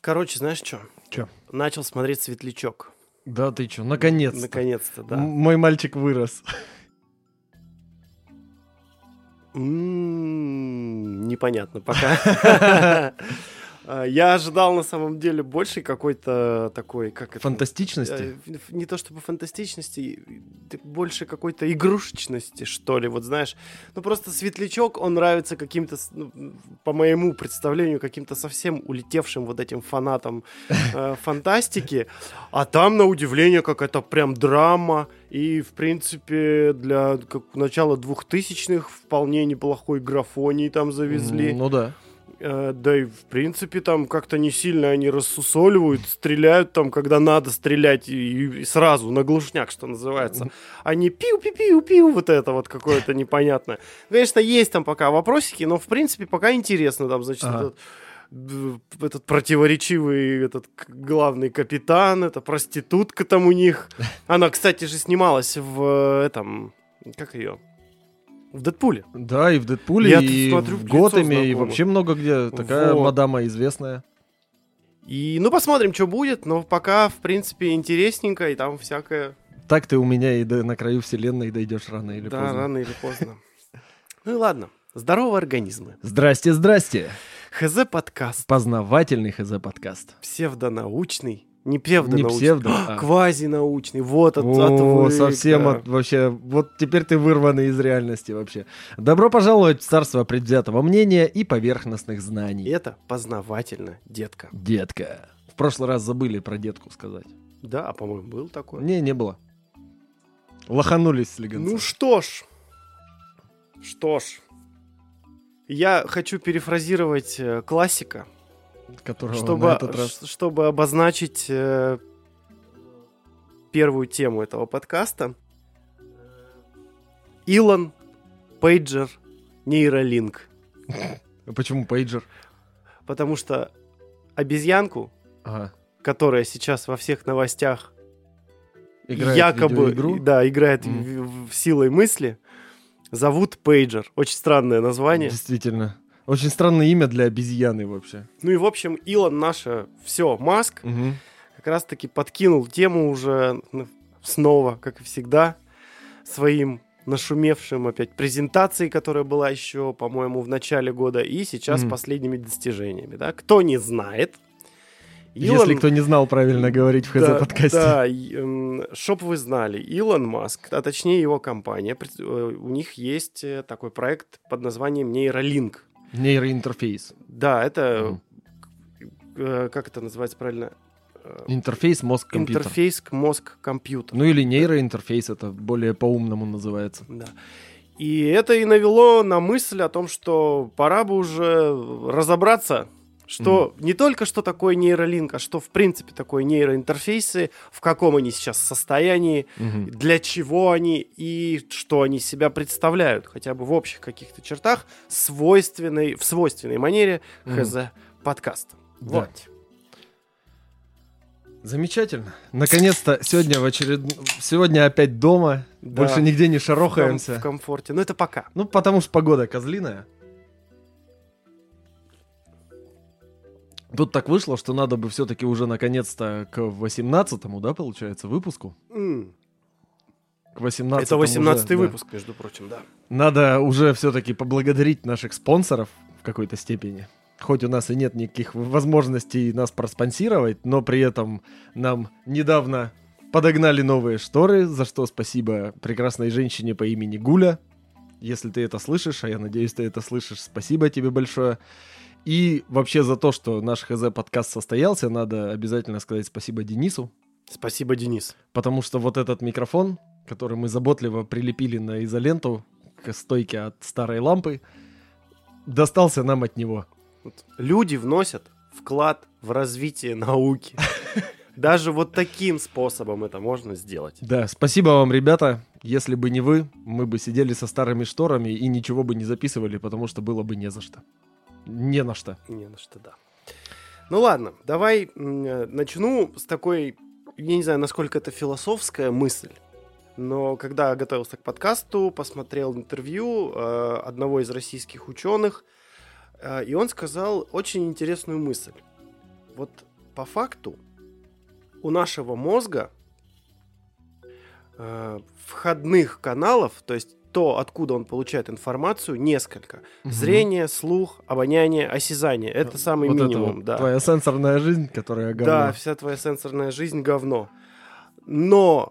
Короче, знаешь что? Чё? Начал смотреть «Светлячок». Да ты чё, наконец-то. Наконец-то, да. Мой мальчик вырос. Непонятно пока. Я ожидал на самом деле больше какой-то такой, как это? Фантастичности? Не то чтобы фантастичности, больше какой-то игрушечности, что ли. Вот знаешь, ну просто «Светлячок», он нравится каким-то, по моему представлению, каким-то совсем улетевшим вот этим фанатам фантастики. А там, на удивление, какая-то прям драма. И, в принципе, для начала 2000-х вполне неплохой графоний там завезли. Ну да. Да и, в принципе, там как-то не сильно они рассусоливают, стреляют там, когда надо стрелять, и сразу на глушняк, что называется. А не пиу-пиу-пиу-пиу, вот это вот какое-то непонятное. Конечно, есть там пока вопросики, но, в принципе, пока интересно. Там, значит, этот противоречивый этот главный капитан, эта проститутка там у них. Она, кстати же, снималась в этом... Как ее? В «Дэдпуле». Да, и в «Дэдпуле», я и смотрю, в «Готэме», и знакомо. вообще много где. Такая Вот. мадама известная. И, ну, посмотрим, что будет, но пока, в принципе, интересненько, и там всякое... Так ты у меня и на краю вселенной дойдешь рано или Да, поздно. рано или поздно. Ну и ладно. Здорово, организмы. Здрасте, здрасте. ХЗ-подкаст. Познавательный ХЗ-подкаст. Псевдонаучный. Не псевдонаучный. Не псевдо, Квазинаучный. Вот от О, совсем да. вообще, вот теперь ты вырванный из реальности вообще. Добро пожаловать в царство предвзятого мнения и поверхностных знаний. Это познавательно, детка. Детка. В прошлый раз забыли про детку сказать. Да, по-моему, был такой. Не было. Лоханулись слегонцы. Ну что ж. Я хочу перефразировать классика, Которого на этот раз... чтобы обозначить первую тему этого подкаста. Илон, пейджер, нейролинк. Почему пейджер? Потому что обезьянку, Ага. которая сейчас во всех новостях Играет якобы в видеоигру? да, играет в силой мысли, зовут пейджер. Очень странное название. Действительно. Очень странное имя для обезьяны вообще. Ну и, в общем, Илон наше все, Маск, Угу. как раз-таки подкинул тему уже снова, как и всегда, своим нашумевшим опять презентацией, которая была еще, по-моему, в начале года, и сейчас последними достижениями. Да? Кто не знает, Если кто не знал правильно говорить в ХЗ-подкасте. Да, чтоб вы знали, Илон Маск, а точнее его компания, у них есть такой проект под названием нейролинк. Нейроинтерфейс. Да, это, как это называется правильно? Интерфейс мозг-компьютер. Интерфейс мозг-компьютер. Ну или нейроинтерфейс, это более по-умному называется. Да. И это и навело на мысль о том, что пора бы уже разобраться, что не только что такое нейролинк, а что в принципе такое нейроинтерфейсы, в каком они сейчас состоянии, для чего они и что они из себя представляют, хотя бы в общих каких-то чертах, в свойственной манере ХЗ-подкаста. Да. Вот. Замечательно. Наконец-то сегодня опять дома. Да. Больше нигде не шарохаемся. В комфорте. Но это пока. Ну, потому что погода козлиная. Тут так вышло, что надо бы все-таки уже наконец-то к 18-му, да, получается, выпуску? К 18-му Это 18-й уже, выпуск, между прочим, да. Надо уже все-таки поблагодарить наших спонсоров в какой-то степени. Хоть у нас и нет никаких возможностей нас проспонсировать, но при этом нам недавно подогнали новые шторы, за что спасибо прекрасной женщине по имени Гуля. Если ты это слышишь, а я надеюсь, ты это слышишь, спасибо тебе большое. И вообще за то, что наш ХЗ-подкаст состоялся, надо обязательно сказать спасибо Денису. Спасибо, Денис. Потому что вот этот микрофон, который мы заботливо прилепили на изоленту к стойке от старой лампы, достался нам от него. Люди вносят вклад в развитие науки. Даже вот таким способом это можно сделать. Да, спасибо вам, ребята. Если бы не вы, мы бы сидели со старыми шторами и ничего бы не записывали, потому что было бы не за что. Не на что. Не на что, да. Ну ладно, давай начну с такой, я не знаю, насколько это философская мысль, но когда готовился к подкасту, посмотрел интервью одного из российских ученых, и он сказал очень интересную мысль. Вот по факту у нашего мозга входных каналов, то есть то, откуда он получает информацию, несколько. Зрение, слух, обоняние, осязание. Это самый вот минимум. это вот Да. твоя сенсорная жизнь, которая говно. Да, вся твоя сенсорная жизнь говно. Но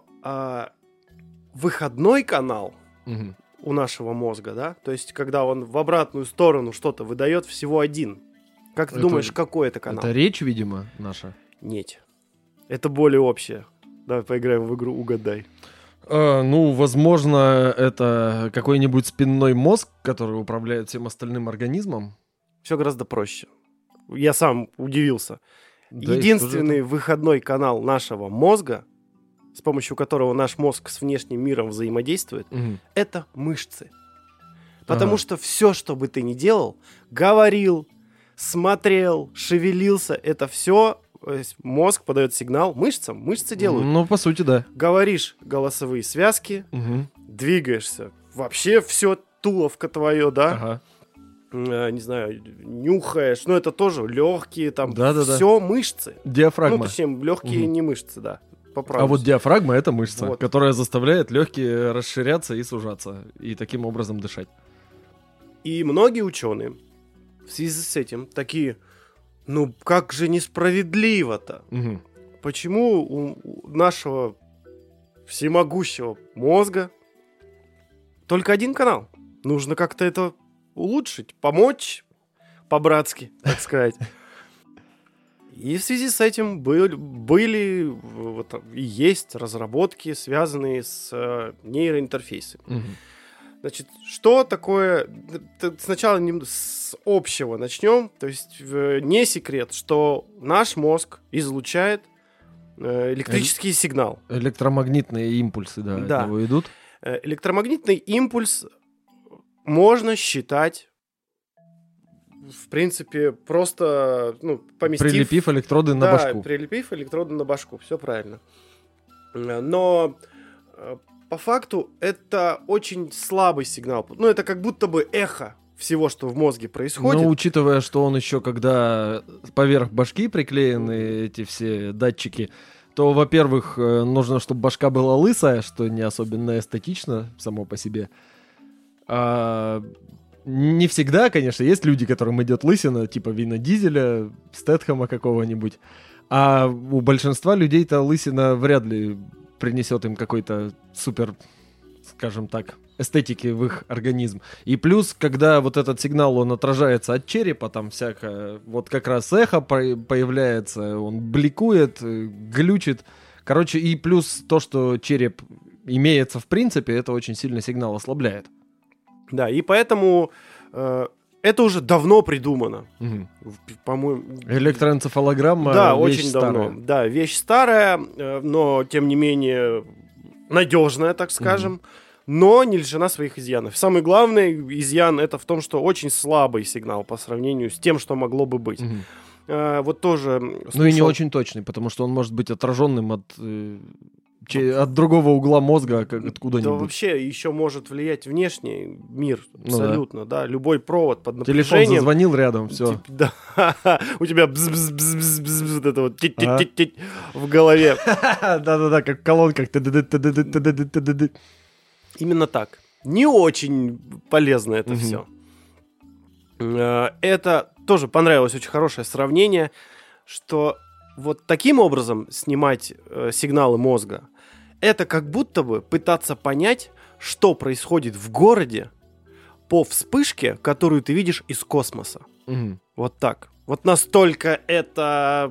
выходной канал Мгм. у нашего мозга, да, то есть когда он в обратную сторону что-то выдает, всего один. Как ты Это- думаешь, какой это канал? Это речь, видимо, наша. Нет. Это более общее. Давай поиграем в игру «Угадай». Ну, возможно, это какой-нибудь спинной мозг, который управляет всем остальным организмом. Все гораздо проще. Я сам удивился. Да, и Единственный выходной канал нашего мозга, с помощью которого наш мозг с внешним миром взаимодействует, что же это? Мгм. это мышцы. Потому Ага. что все, что бы ты ни делал, говорил, смотрел, шевелился, это все мозг подает сигнал мышцам, мышцы делают. Ну, по сути, да. Говоришь голосовые связки, Мгм. двигаешься, вообще все туловка твое, да? Ага. Не знаю, нюхаешь, но это тоже легкие, там Да-да-да. все мышцы. Диафрагма. Ну, точнее, легкие Мгм. не мышцы, да. А Поправлюсь. вот диафрагма — это мышца, Вот. которая заставляет легкие расширяться и сужаться, и таким образом дышать. И многие ученые в связи с этим такие, ну как же несправедливо-то? Мгм. Почему у нашего всемогущего мозга только один канал? Нужно как-то это улучшить, помочь по-братски, так сказать. И в связи с этим были вот, и есть разработки, связанные с нейроинтерфейсами. Мгм. Значит, что такое... Сначала с общего начнем. То есть не секрет, что наш мозг излучает электрический сигнал. Электромагнитные импульсы, да, Да. от него идут. Электромагнитный импульс можно считать, в принципе, просто поместив... Прилепив электроды на Да, башку. прилепив электроды на башку, все правильно. Но по факту это очень слабый сигнал. Ну, это как будто бы эхо всего, что в мозге происходит. Но учитывая, что он еще, когда поверх башки приклеены эти все датчики, то, во-первых, нужно, чтобы башка была лысая, что не особенно эстетично само по себе. А не всегда, конечно, есть люди, которым идет лысина, типа Вина Дизеля, Стэтхэма какого-нибудь. А у большинства людей-то лысина вряд ли принесет им какой-то супер, скажем так, эстетики в их организм. И плюс, когда вот этот сигнал, он отражается от черепа, там всякое, вот как раз эхо появляется, он бликует, глючит. Короче, и плюс то, что череп имеется в принципе, это очень сильно сигнал ослабляет. Да, и поэтому это уже давно придумано. Мгм. По-моему... Электроэнцефалограмма, Да, вещь очень старая. давно. Да, вещь старая, но тем не менее надежная, так скажем, но не лишена своих изъянов. Самый главный изъян это в том, что очень слабый сигнал по сравнению с тем, что могло бы быть. Мгм. Вот тоже... Ну и не слушал- очень точный, потому что он может быть отраженным от другого угла мозга, Да откуда-нибудь. вообще еще может влиять внешний мир, Ну абсолютно, да. Любой провод под Телефон напряжением. зазвонил рядом, все. Да, у тебя бз-бз-бз-бз-бз, вот это вот тить-тить-тить в голове. Да-да-да, как в колонках. Ты-ды-ды-ты-ды-ды-ты-ды-ды-ды. Именно так. Не очень полезно это Мгм. все. Это тоже понравилось, очень хорошее сравнение, что вот таким образом снимать сигналы мозга, это как будто бы пытаться понять, что происходит в городе по вспышке, которую ты видишь из космоса. Мгм. Вот так. Вот настолько это,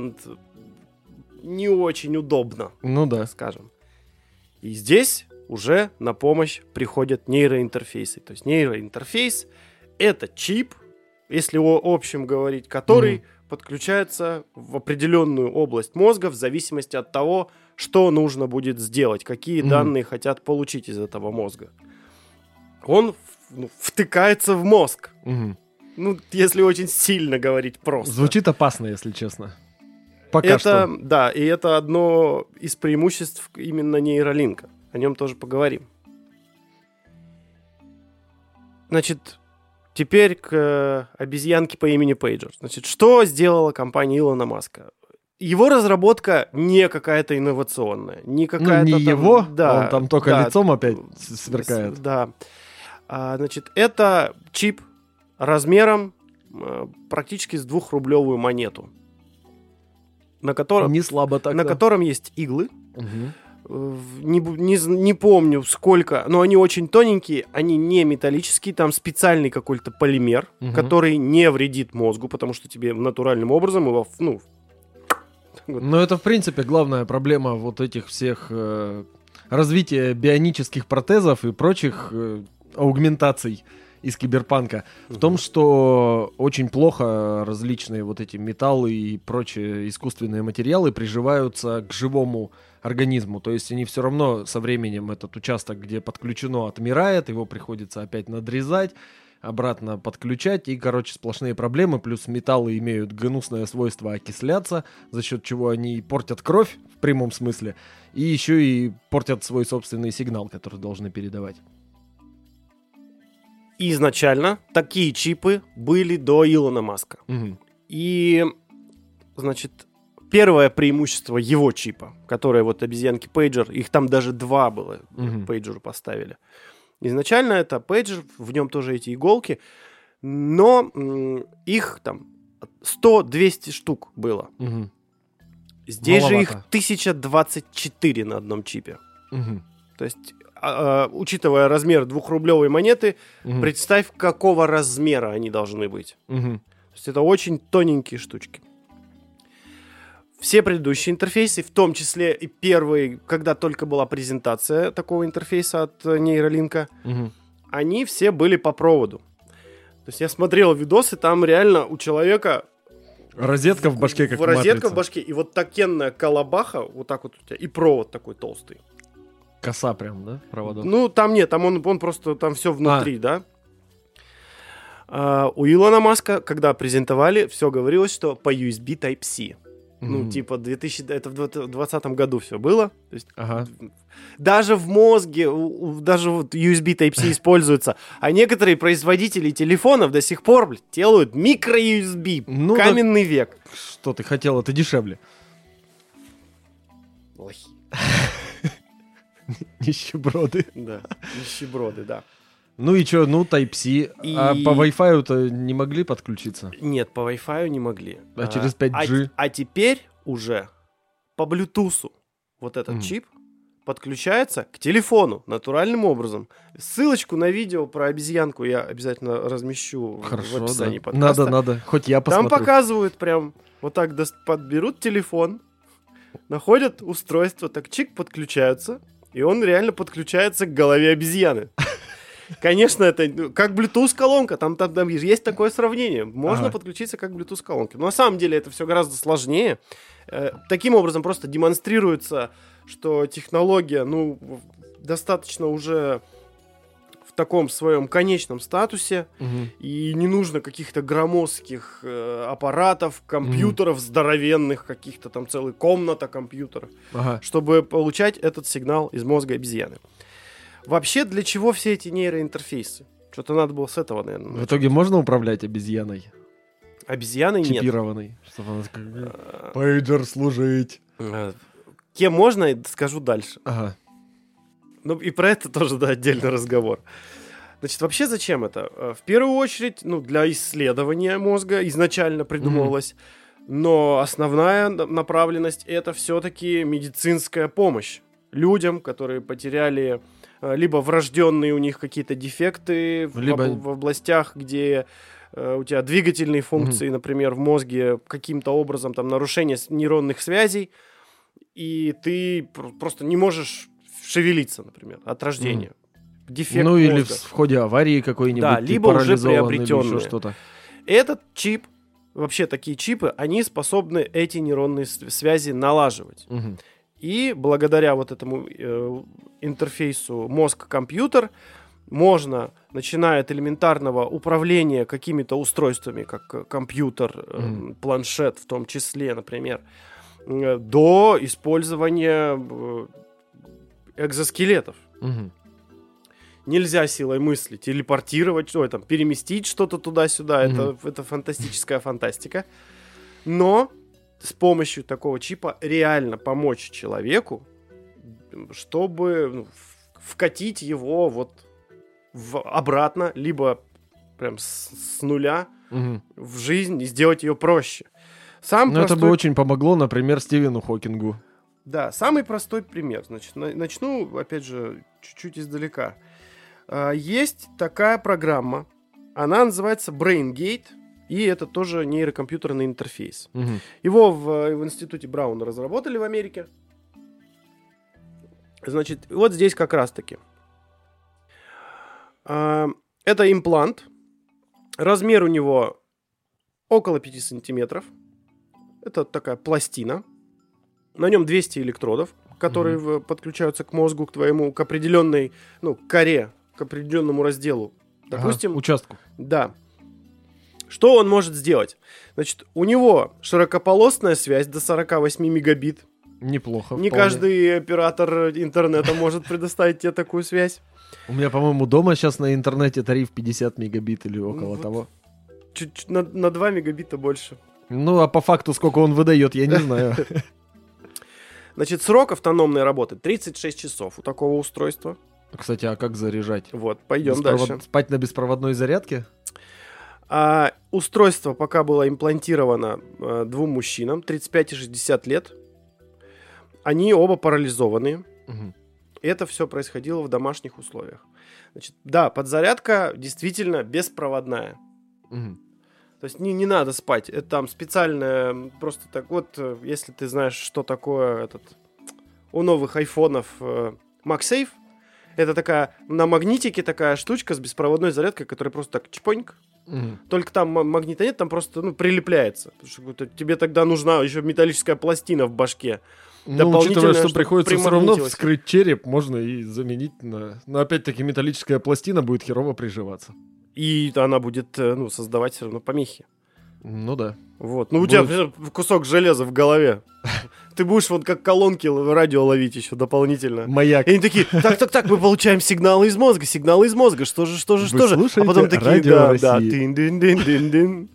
не очень удобно, Ну да. скажем. И здесь уже на помощь приходят нейроинтерфейсы. То есть нейроинтерфейс — это чип, если о общем говорить, который подключается в определенную область мозга в зависимости от того, что нужно будет сделать, какие данные хотят получить из этого мозга. Он втыкается в мозг. Мгм. Ну, если очень сильно говорить просто. Звучит опасно, если честно. Пока это, что. Да, и это одно из преимуществ именно нейролинка. О нем тоже поговорим. Значит, теперь к обезьянке по имени Пейджер. Значит, что сделала компания Илона Маска? его разработка не какая-то инновационная, не какая-то не там, его, да, он там только да, лицом опять сверкает. Да. Значит, это чип размером практически с 2-рублевую монету, на котором, Не слабо так. на котором есть иглы. Угу. Не помню сколько, но они очень тоненькие, они не металлические, там специальный какой-то полимер, который не вредит мозгу, потому что тебе натуральным образом его, Но это, в принципе, главная проблема вот этих всех развития бионических протезов и прочих аугментаций из киберпанка. В том, что очень плохо различные вот эти металлы и прочие искусственные материалы приживаются к живому организму. То есть они все равно со временем, этот участок, где подключено, отмирает, его приходится опять надрезать, обратно подключать, и, короче, сплошные проблемы, плюс металлы имеют гнусное свойство окисляться, за счет чего они портят кровь, в прямом смысле, и еще и портят свой собственный сигнал, который должны передавать. Изначально такие чипы были до Илона Маска. Угу. И, значит, первое преимущество его чипа, которое вот обезьянки пейджер, их там даже 2 было, пейджеру поставили. Изначально это пейджер, в нем тоже эти иголки, но их там 100-200 штук было. Угу. Здесь маловато. же их 1024 на одном чипе. Угу. То есть, учитывая размер 2-рублевой монеты, представь, какого размера они должны быть. Угу. То есть это очень тоненькие штучки. Все предыдущие интерфейсы, в том числе и первый, когда только была презентация такого интерфейса от нейролинка, они все были по проводу. То есть я смотрел видосы, там реально у человека... Розетка в башке, как розетка матрица. в башке, и вот такенная колобаха, вот так вот у тебя, и провод такой толстый. Коса прям, да, проводов? Ну, там нет, там он просто, там все внутри, да. У Илона Маска, когда презентовали, все говорилось, что по USB Type-C. Ну, типа, это в 2020 году все было. То есть, даже в мозге, даже вот USB Type-C используется. А некоторые производители телефонов до сих пор, блядь, делают микро-USB. Ну, каменный век. Что ты хотел, это дешевле. Лохи. Нищеброды. Да, нищеброды, да. Ну и что, ну Type-C. А по Wi-Fi-то не могли подключиться? Нет, по Wi-Fi не могли. А через 5G? А теперь уже по Bluetooth вот этот чип подключается к телефону натуральным образом. Ссылочку на видео про обезьянку я обязательно размещу в описании подкаста. Надо, хоть я посмотрю. Там показывают прям, вот так подберут телефон, находят устройство, так чик, подключаются, и он реально подключается к голове обезьяны. Конечно, это как Bluetooth-колонка, там есть такое сравнение. Можно подключиться как Bluetooth-колонки. Но на самом деле это все гораздо сложнее. Таким образом просто демонстрируется, что технология, достаточно уже в таком своем конечном статусе, и не нужно каких-то громоздких аппаратов, компьютеров здоровенных, каких-то там целая комната компьютеров, чтобы получать этот сигнал из мозга обезьяны. Вообще, для чего все эти нейроинтерфейсы? Что-то надо было с этого, наверное. В итоге можно управлять обезьяной? Обезьяной нет. Чипированной. Чтобы она такая, пейджер служить. Кем можно, скажу дальше. Ага. Ну и про это тоже, да, отдельный разговор. Значит, вообще зачем это? В первую очередь, для исследования мозга изначально придумывалось. Но основная направленность — это все-таки медицинская помощь людям, которые потеряли либо врожденные у них какие-то дефекты в областях, где у тебя двигательные функции, например, в мозге каким-то образом там нарушение нейронных связей, и ты просто не можешь шевелиться, например, от рождения. Дефект мозга. Или в ходе аварии какой-нибудь, да, либо уже приобретенные. Или еще что-то. Этот чип, вообще такие чипы, они способны эти нейронные связи налаживать. И благодаря вот этому интерфейсу мозг-компьютер можно, начиная от элементарного управления какими-то устройствами, как компьютер, планшет в том числе, например, до использования экзоскелетов. Нельзя силой мысли телепортировать, переместить что-то туда-сюда. Это фантастическая фантастика. Но с помощью такого чипа реально помочь человеку, чтобы вкатить его вот обратно, либо прям с нуля в жизнь и сделать ее проще. Это бы очень помогло, например, Стивену Хокингу. Да, самый простой пример. Значит, начну, опять же, чуть-чуть издалека. Есть такая программа, она называется BrainGate, и это тоже нейрокомпьютерный интерфейс. Его в институте Брауна разработали в Америке. Значит, вот здесь как раз-таки. Это имплант. Размер у него около 5 сантиметров. Это такая пластина. На нем 200 электродов, которые подключаются к мозгу, к твоему, к определенной, коре, к определенному разделу. Допустим, участку. Да. Что он может сделать? Значит, у него широкополосная связь до 48 мегабит. Неплохо. Не вполне. каждый оператор интернета может предоставить тебе такую связь. У меня, по-моему, дома сейчас на интернете тариф 50 мегабит или около того. Чуть-чуть на 2 мегабита больше. Ну, а по факту сколько он выдает, я не знаю. Значит, срок автономной работы 36 часов у такого устройства. Кстати, а как заряжать? Вот, пойдем дальше. Спать на беспроводной зарядке? Устройство пока было имплантировано двум мужчинам, 35 и 60 лет. Они оба парализованы. И это все происходило в домашних условиях. Значит, да, подзарядка действительно беспроводная. То есть не надо спать. Это там специальное, просто так вот, если ты знаешь, что такое у новых айфонов MagSafe, это такая на магнитике такая штучка с беспроводной зарядкой, которая просто так чпоньк. Только там магнита нет, там просто прилепляется. Потому что тебе тогда нужна еще металлическая пластина в башке. Учитывая, что приходится все равно вскрыть череп, можно и заменить на... Но опять-таки металлическая пластина будет херово приживаться. И она будет, создавать все равно помехи. Ну да. Вот. У тебя кусок железа в голове. Ты будешь вот как колонки радио ловить еще дополнительно. Маяк. И они такие, так, мы получаем сигналы из мозга. Что же. А потом такие, да, тын-дын-дын-дын-дын.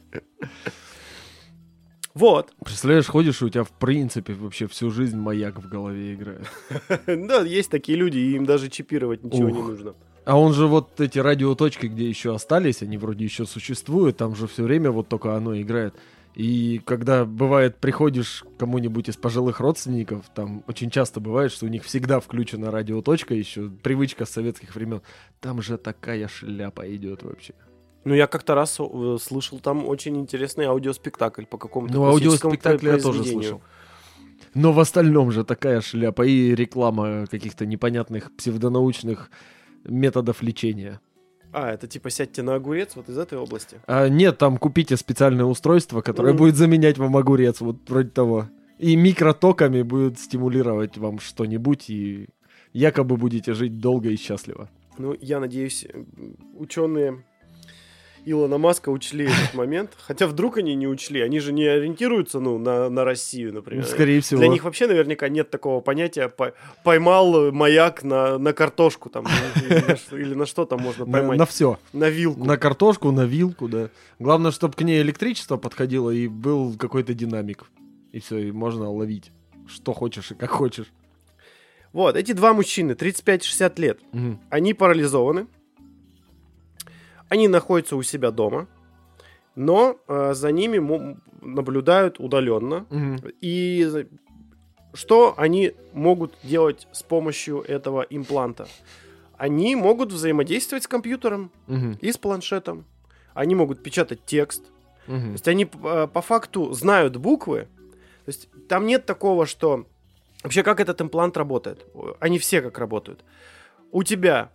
Вот. Представляешь, ходишь, и у тебя в принципе вообще всю жизнь маяк в голове играет. Да, есть такие люди, и им даже чипировать ничего не нужно. А он же вот эти радиоточки, где еще остались, они вроде еще существуют, там же все время вот только оно играет. И когда бывает, приходишь к кому-нибудь из пожилых родственников, там очень часто бывает, что у них всегда включена радиоточка, еще привычка с советских времен. Там же такая шляпа идет вообще. Я как-то раз слышал там очень интересный аудиоспектакль по какому-то аудиоспектакль я тоже слышал. Но в остальном же такая шляпа и реклама каких-то непонятных псевдонаучных методов лечения. Это типа сядьте на огурец, вот из этой области? Нет, там купите специальное устройство, которое будет заменять вам огурец, вот вроде того. И микротоками будет стимулировать вам что-нибудь, и якобы будете жить долго и счастливо. Я надеюсь, ученые Илона Маска учли этот момент. Хотя вдруг они не учли. Они же не ориентируются, на Россию, например. Скорее всего. Для них вообще наверняка нет такого понятия поймал маяк на картошку там, или на что там можно поймать. На все. На вилку. На картошку, на вилку, да. Главное, чтобы к ней электричество подходило и был какой-то динамик. И все, и можно ловить что хочешь и как хочешь. Вот, эти два мужчины, 35-60 лет, они парализованы. Они находятся у себя дома, но за ними наблюдают удаленно. И что они могут делать с помощью этого импланта? Они могут взаимодействовать с компьютером и с планшетом. Они могут печатать текст. То есть они по факту знают буквы. То есть там нет такого, что... Вообще, как этот имплант работает? Они все как работают. У тебя,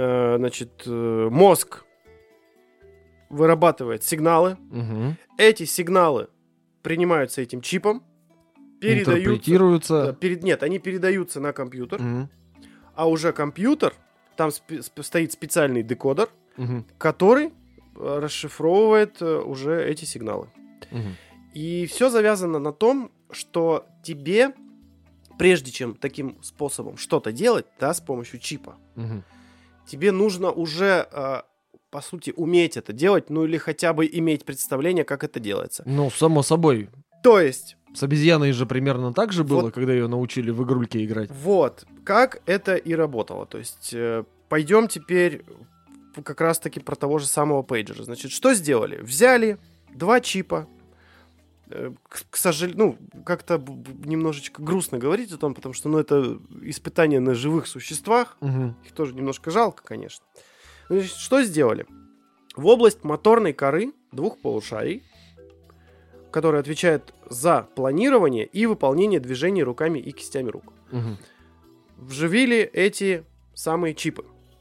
мозг вырабатывает сигналы. Эти сигналы принимаются этим чипом, интерпретируются. Они передаются на компьютер, а уже компьютер, там стоит специальный декодер, который расшифровывает уже эти сигналы. И все завязано на том, что тебе, прежде чем таким способом что-то делать, с помощью чипа, тебе нужно уже... по сути, уметь это делать, или хотя бы иметь представление, как это делается. Само собой. То есть... С обезьяной же примерно так же было, Вот. когда ее научили в игрульки играть. Вот, как это и работало. То есть, пойдем теперь как раз-таки про того же самого пейджера. Значит, что сделали? Взяли 2 чипа. К сожалению, как-то немножечко грустно говорить о том, потому что, это испытание на живых существах. Угу. Их тоже немножко жалко, конечно. Значит, что сделали? В область моторной коры 2 полушарий, которая отвечает за планирование и выполнение движений руками и кистями рук, Угу. вживили эти самые чипы.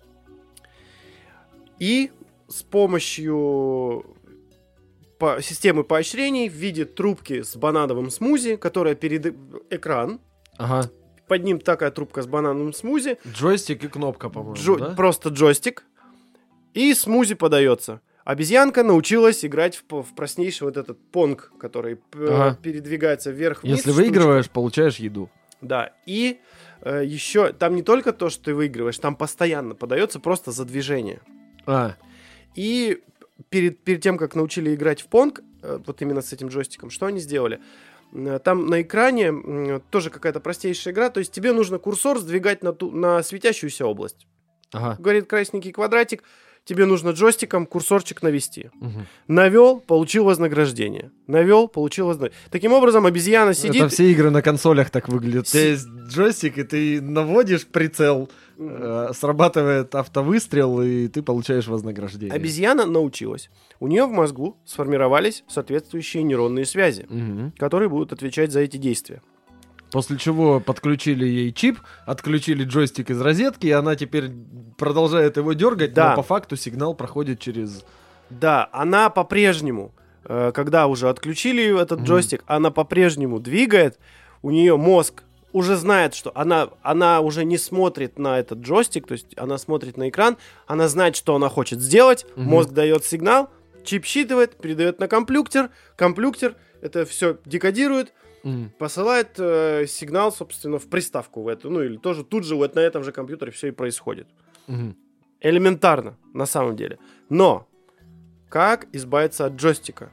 И с помощью системы поощрений в виде трубки с банановым смузи, которая перед экран, Ага. под ним такая трубка с банановым смузи, Джойстик и кнопка, по-моему, да? просто джойстик, и смузи подается. Обезьянка научилась играть в простейший вот этот понг, который Ага. передвигается вверх-вниз. Если выигрываешь, получаешь еду. Да, и еще там не только то, что ты выигрываешь, там постоянно подается просто за движение. И перед тем, как научили играть в понг, вот именно с этим джойстиком, что они сделали? Там на экране тоже какая-то простейшая игра, то есть тебе нужно курсор сдвигать на светящуюся область. Ага. Говорит красненький квадратик, тебе нужно джойстиком курсорчик навести. Угу. Навел, получил вознаграждение. Навел, получил вознаграждение. Таким образом, обезьяна сидит... Это все игры на консолях так выглядят. У тебя есть джойстик, и ты наводишь прицел, срабатывает автовыстрел, и ты получаешь вознаграждение. Обезьяна научилась. У нее в мозгу сформировались соответствующие нейронные связи, Мгм. которые будут отвечать за эти действия. После чего подключили ей чип, отключили джойстик из розетки, и она теперь продолжает его дергать, Да. но по факту сигнал проходит через... Да, она по-прежнему, когда уже отключили этот джойстик, она по-прежнему двигает, у нее мозг уже знает, что она уже не смотрит на этот джойстик, то есть она смотрит на экран, она знает, что она хочет сделать, мозг дает сигнал, чип считывает, передает на компьютер это все декодирует, посылает сигнал, собственно, в приставку в эту, или тоже тут же вот на этом же компьютере все и происходит. Мгм. Элементарно, на самом деле. Но как избавиться от джойстика?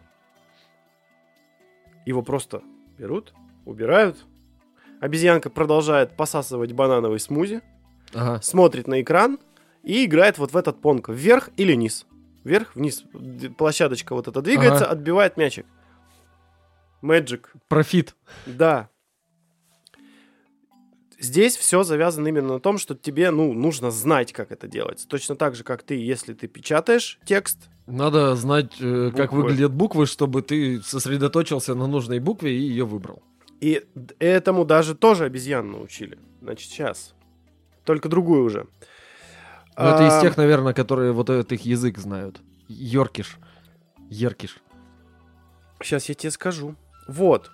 Его просто берут, убирают. Обезьянка продолжает посасывать банановый смузи, Ага. смотрит на экран и играет вот в этот понг. Вверх или вниз. Вверх, вниз. Площадочка вот эта двигается, Ага. отбивает мячик. Magic. Профит. Да. Здесь все завязано именно на том, что тебе, нужно знать, как это делать. Точно так же, как если ты печатаешь текст. Надо знать, как Буквы. выглядят буквы, чтобы ты сосредоточился на нужной букве и ее выбрал. И этому даже тоже обезьян научили. Значит, сейчас. Только другую уже. Но это из тех, наверное, которые вот этот их язык знают. Йоркиш. Еркиш. Сейчас я тебе скажу. Вот.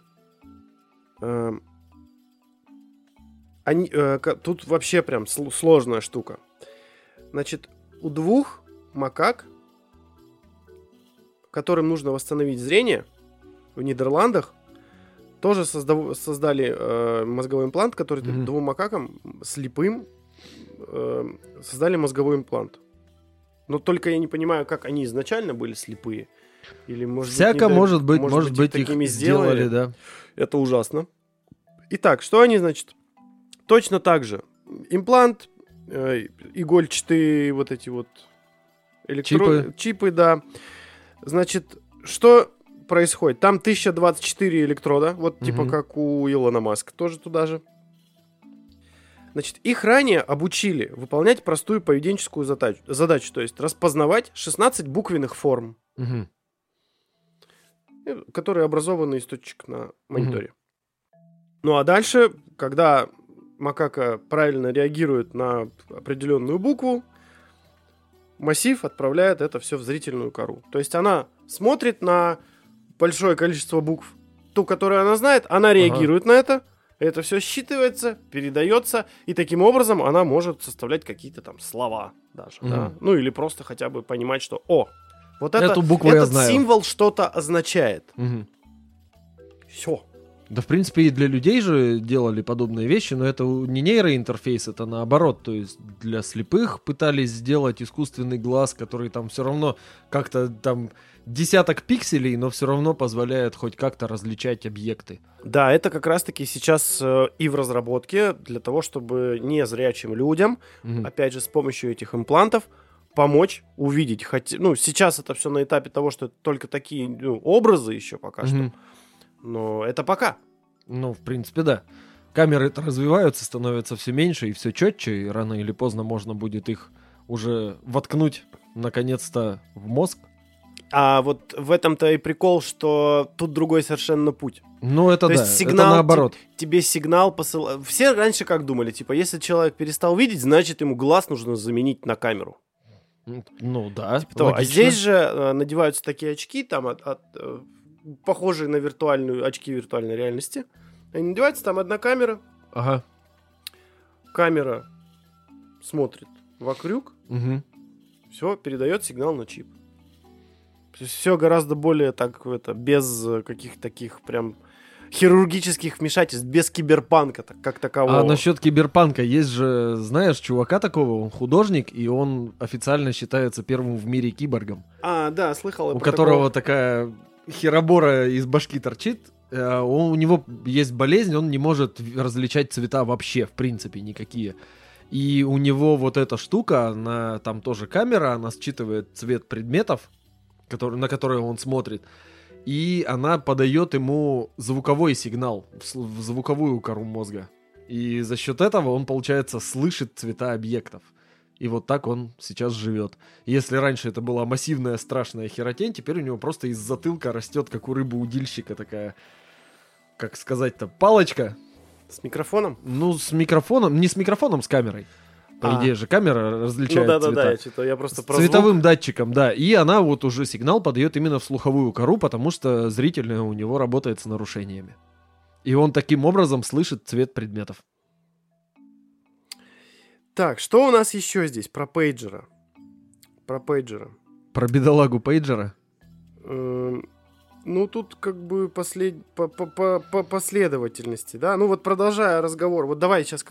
Тут вообще прям сложная штука. Значит, у 2 макак, которым нужно восстановить зрение, в Нидерландах тоже создали мозговой имплант, который 2 макакам слепым создали мозговой имплант. Но только я не понимаю, как они изначально были слепые. Или, может Всяко быть, может быть, их такими сделали, да. Это ужасно. Итак, что они, значит, точно так же. Имплант, игольчатые вот эти вот чипы, да. Значит, что происходит? Там 1024 электрода, вот типа как у Илона Маска, тоже туда же. Значит, их ранее обучили выполнять простую поведенческую задачу, то есть распознавать 16 буквенных форм, Мгм. которые образованы из точек на мониторе. Ну а дальше, когда макака правильно реагирует на определенную букву, массив отправляет это все в зрительную кору. То есть она смотрит на большое количество букв, ту, которую она знает, она реагирует на это все считывается, передается, и таким образом она может составлять какие-то там слова даже. Да? Ну или просто хотя бы понимать, что вот Эту букву я этот знаю. символ что-то означает. Мгм. Все. Да, в принципе, и для людей же делали подобные вещи, но это не нейроинтерфейс, это наоборот. То есть для слепых пытались сделать искусственный глаз, который там все равно как-то там десяток пикселей, но все равно позволяет хоть как-то различать объекты. Да, это как раз-таки сейчас и в разработке для того, чтобы незрячим людям, опять же, с помощью этих имплантов, помочь увидеть. Ну, сейчас это все на этапе того, что это только такие образы еще пока что. Но это пока. Ну, в принципе, да. Камеры-то развиваются, становятся все меньше и все четче, и рано или поздно можно будет их уже воткнуть, наконец-то, в мозг. А вот в этом-то и прикол, что тут другой совершенно путь. Ну, это То да, есть сигнал, это наоборот. Тебе сигнал посылают. Все раньше как думали, типа, если человек перестал видеть, значит, ему глаз нужно заменить на камеру. Ну, да, типа того. А здесь же надеваются такие очки, там, похожие на очки виртуальной реальности. Они надеваются, там одна камера. Ага. Камера смотрит вокруг. Угу. Все, передает сигнал на чип. Все гораздо более так, без каких-то таких прям хирургических вмешательств, без киберпанка как такового. А насчет киберпанка, есть же, знаешь, чувака такого, он художник, и он официально считается первым в мире киборгом. А, да, слыхал. У которого такая херобора из башки торчит. У него есть болезнь, он не может различать цвета вообще, в принципе, никакие. И у него вот эта штука, там тоже камера, она считывает цвет предметов, на которые он смотрит, и она подает ему звуковой сигнал в звуковую кору мозга. И за счет этого он, получается, слышит цвета объектов. И вот так он сейчас живет. Если раньше это была массивная страшная херотень, теперь у него просто из затылка растет, как у рыбы-удильщика, такая, как сказать-то, палочка. С микрофоном? Ну, с микрофоном, не с микрофоном, с камерой. По идее же камера различает цвета. Я просто с цветовым датчиком, да. И она вот уже сигнал подает именно в слуховую кору, потому что зрительное у него работает с нарушениями. И он таким образом слышит цвет предметов. Так, что у нас еще здесь про пейджера? Про бедолагу пейджера? Ну, тут как бы по последовательности, да? Ну, вот продолжая разговор, вот давай сейчас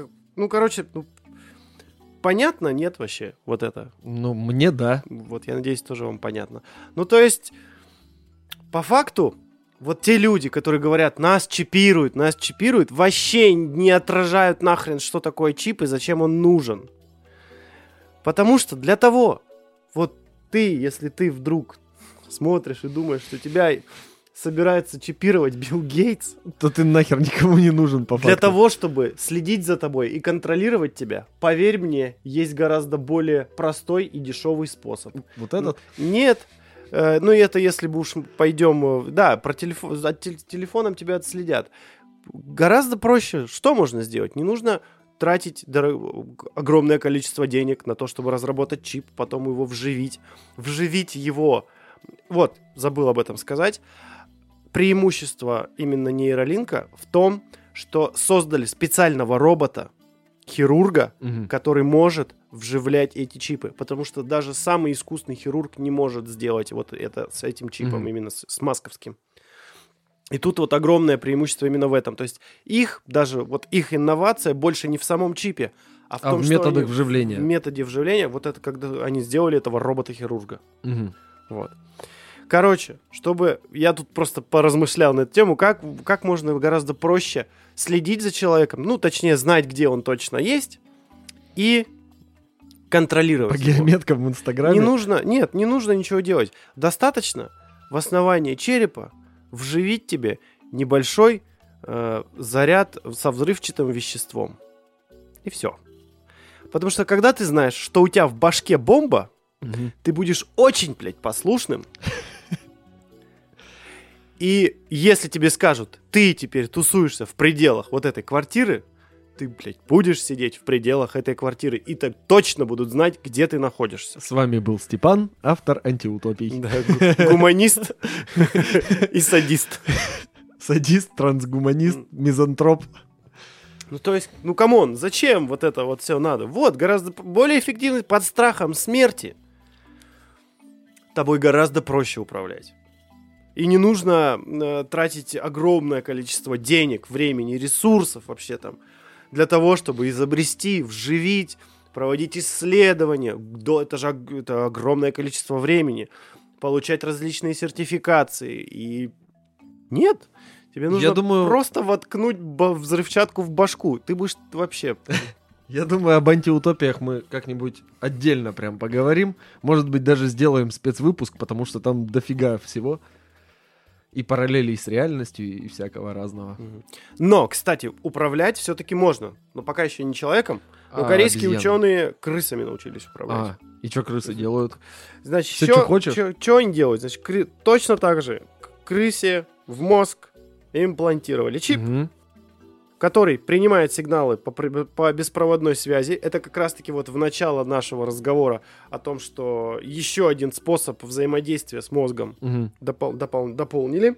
понятно, нет вообще вот это? Ну, мне да. Вот, я надеюсь, тоже вам понятно. Ну, то есть, по факту, вот те люди, которые говорят, нас чипируют, вообще не отражают нахрен, что такое чип и зачем он нужен. Потому что для того, вот если ты вдруг смотришь и думаешь, что тебя собирается чипировать Билл Гейтс, то ты нахер никому не нужен, по факту. Для того, чтобы следить за тобой и контролировать тебя, поверь мне, есть гораздо более простой и дешевый способ. Вот этот? Нет. Ну, это если бы уж пойдем... Да, про телефоном тебя отследят. Гораздо проще. Что можно сделать? Не нужно тратить огромное количество денег на то, чтобы разработать чип, потом его вживить. Вживить его... Вот, забыл об этом сказать. Преимущество именно нейролинка в том, что создали специального робота-хирурга, который может вживлять эти чипы. Потому что даже самый искусный хирург не может сделать вот это с этим чипом, именно с масковским. И тут вот огромное преимущество именно в этом. То есть их инновация больше не в самом чипе, а в том, в методах вживления. В методе вживления, вот это когда они сделали этого робота-хирурга. Вот. Короче, чтобы я тут просто поразмышлял на эту тему, как можно гораздо проще следить за человеком, ну, точнее, знать, где он точно есть, и контролировать по геометкам в Инстаграме? Не нужно ничего делать. Достаточно в основании черепа вживить тебе небольшой заряд со взрывчатым веществом. И все. Потому что когда ты знаешь, что у тебя в башке бомба, ты будешь очень, послушным. И если тебе скажут, ты теперь тусуешься в пределах вот этой квартиры, ты, будешь сидеть в пределах этой квартиры, и так точно будут знать, где ты находишься. С вами был Степан, автор антиутопий. Да, гуманист и садист. Садист, трансгуманист, мизантроп. Ну, то есть, камон, зачем вот это вот все надо? Вот, гораздо более эффективно под страхом смерти. Тобой гораздо проще управлять. И не нужно тратить огромное количество денег, времени, ресурсов вообще там для того, чтобы изобрести, вживить, проводить исследования. Это огромное количество времени. Получать различные сертификации. И нет. Тебе нужно просто воткнуть взрывчатку в башку. Ты будешь вообще... Я думаю, об антиутопиях мы как-нибудь отдельно прям поговорим. Может быть, даже сделаем спецвыпуск, потому что там дофига всего. И параллелей с реальностью, и всякого разного. Но, кстати, управлять все-таки можно. Но пока еще не человеком. Но корейские ученые крысами научились управлять. И что крысы делают? Значит, что хочешь? Что они делают? Значит, точно так же крысе в мозг имплантировали чип, который принимает сигналы по беспроводной связи. Это как раз-таки вот в начало нашего разговора о том, что еще один способ взаимодействия с мозгом дополнили.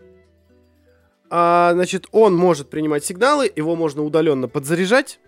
Значит, он может принимать сигналы, его можно удаленно подзаряжать.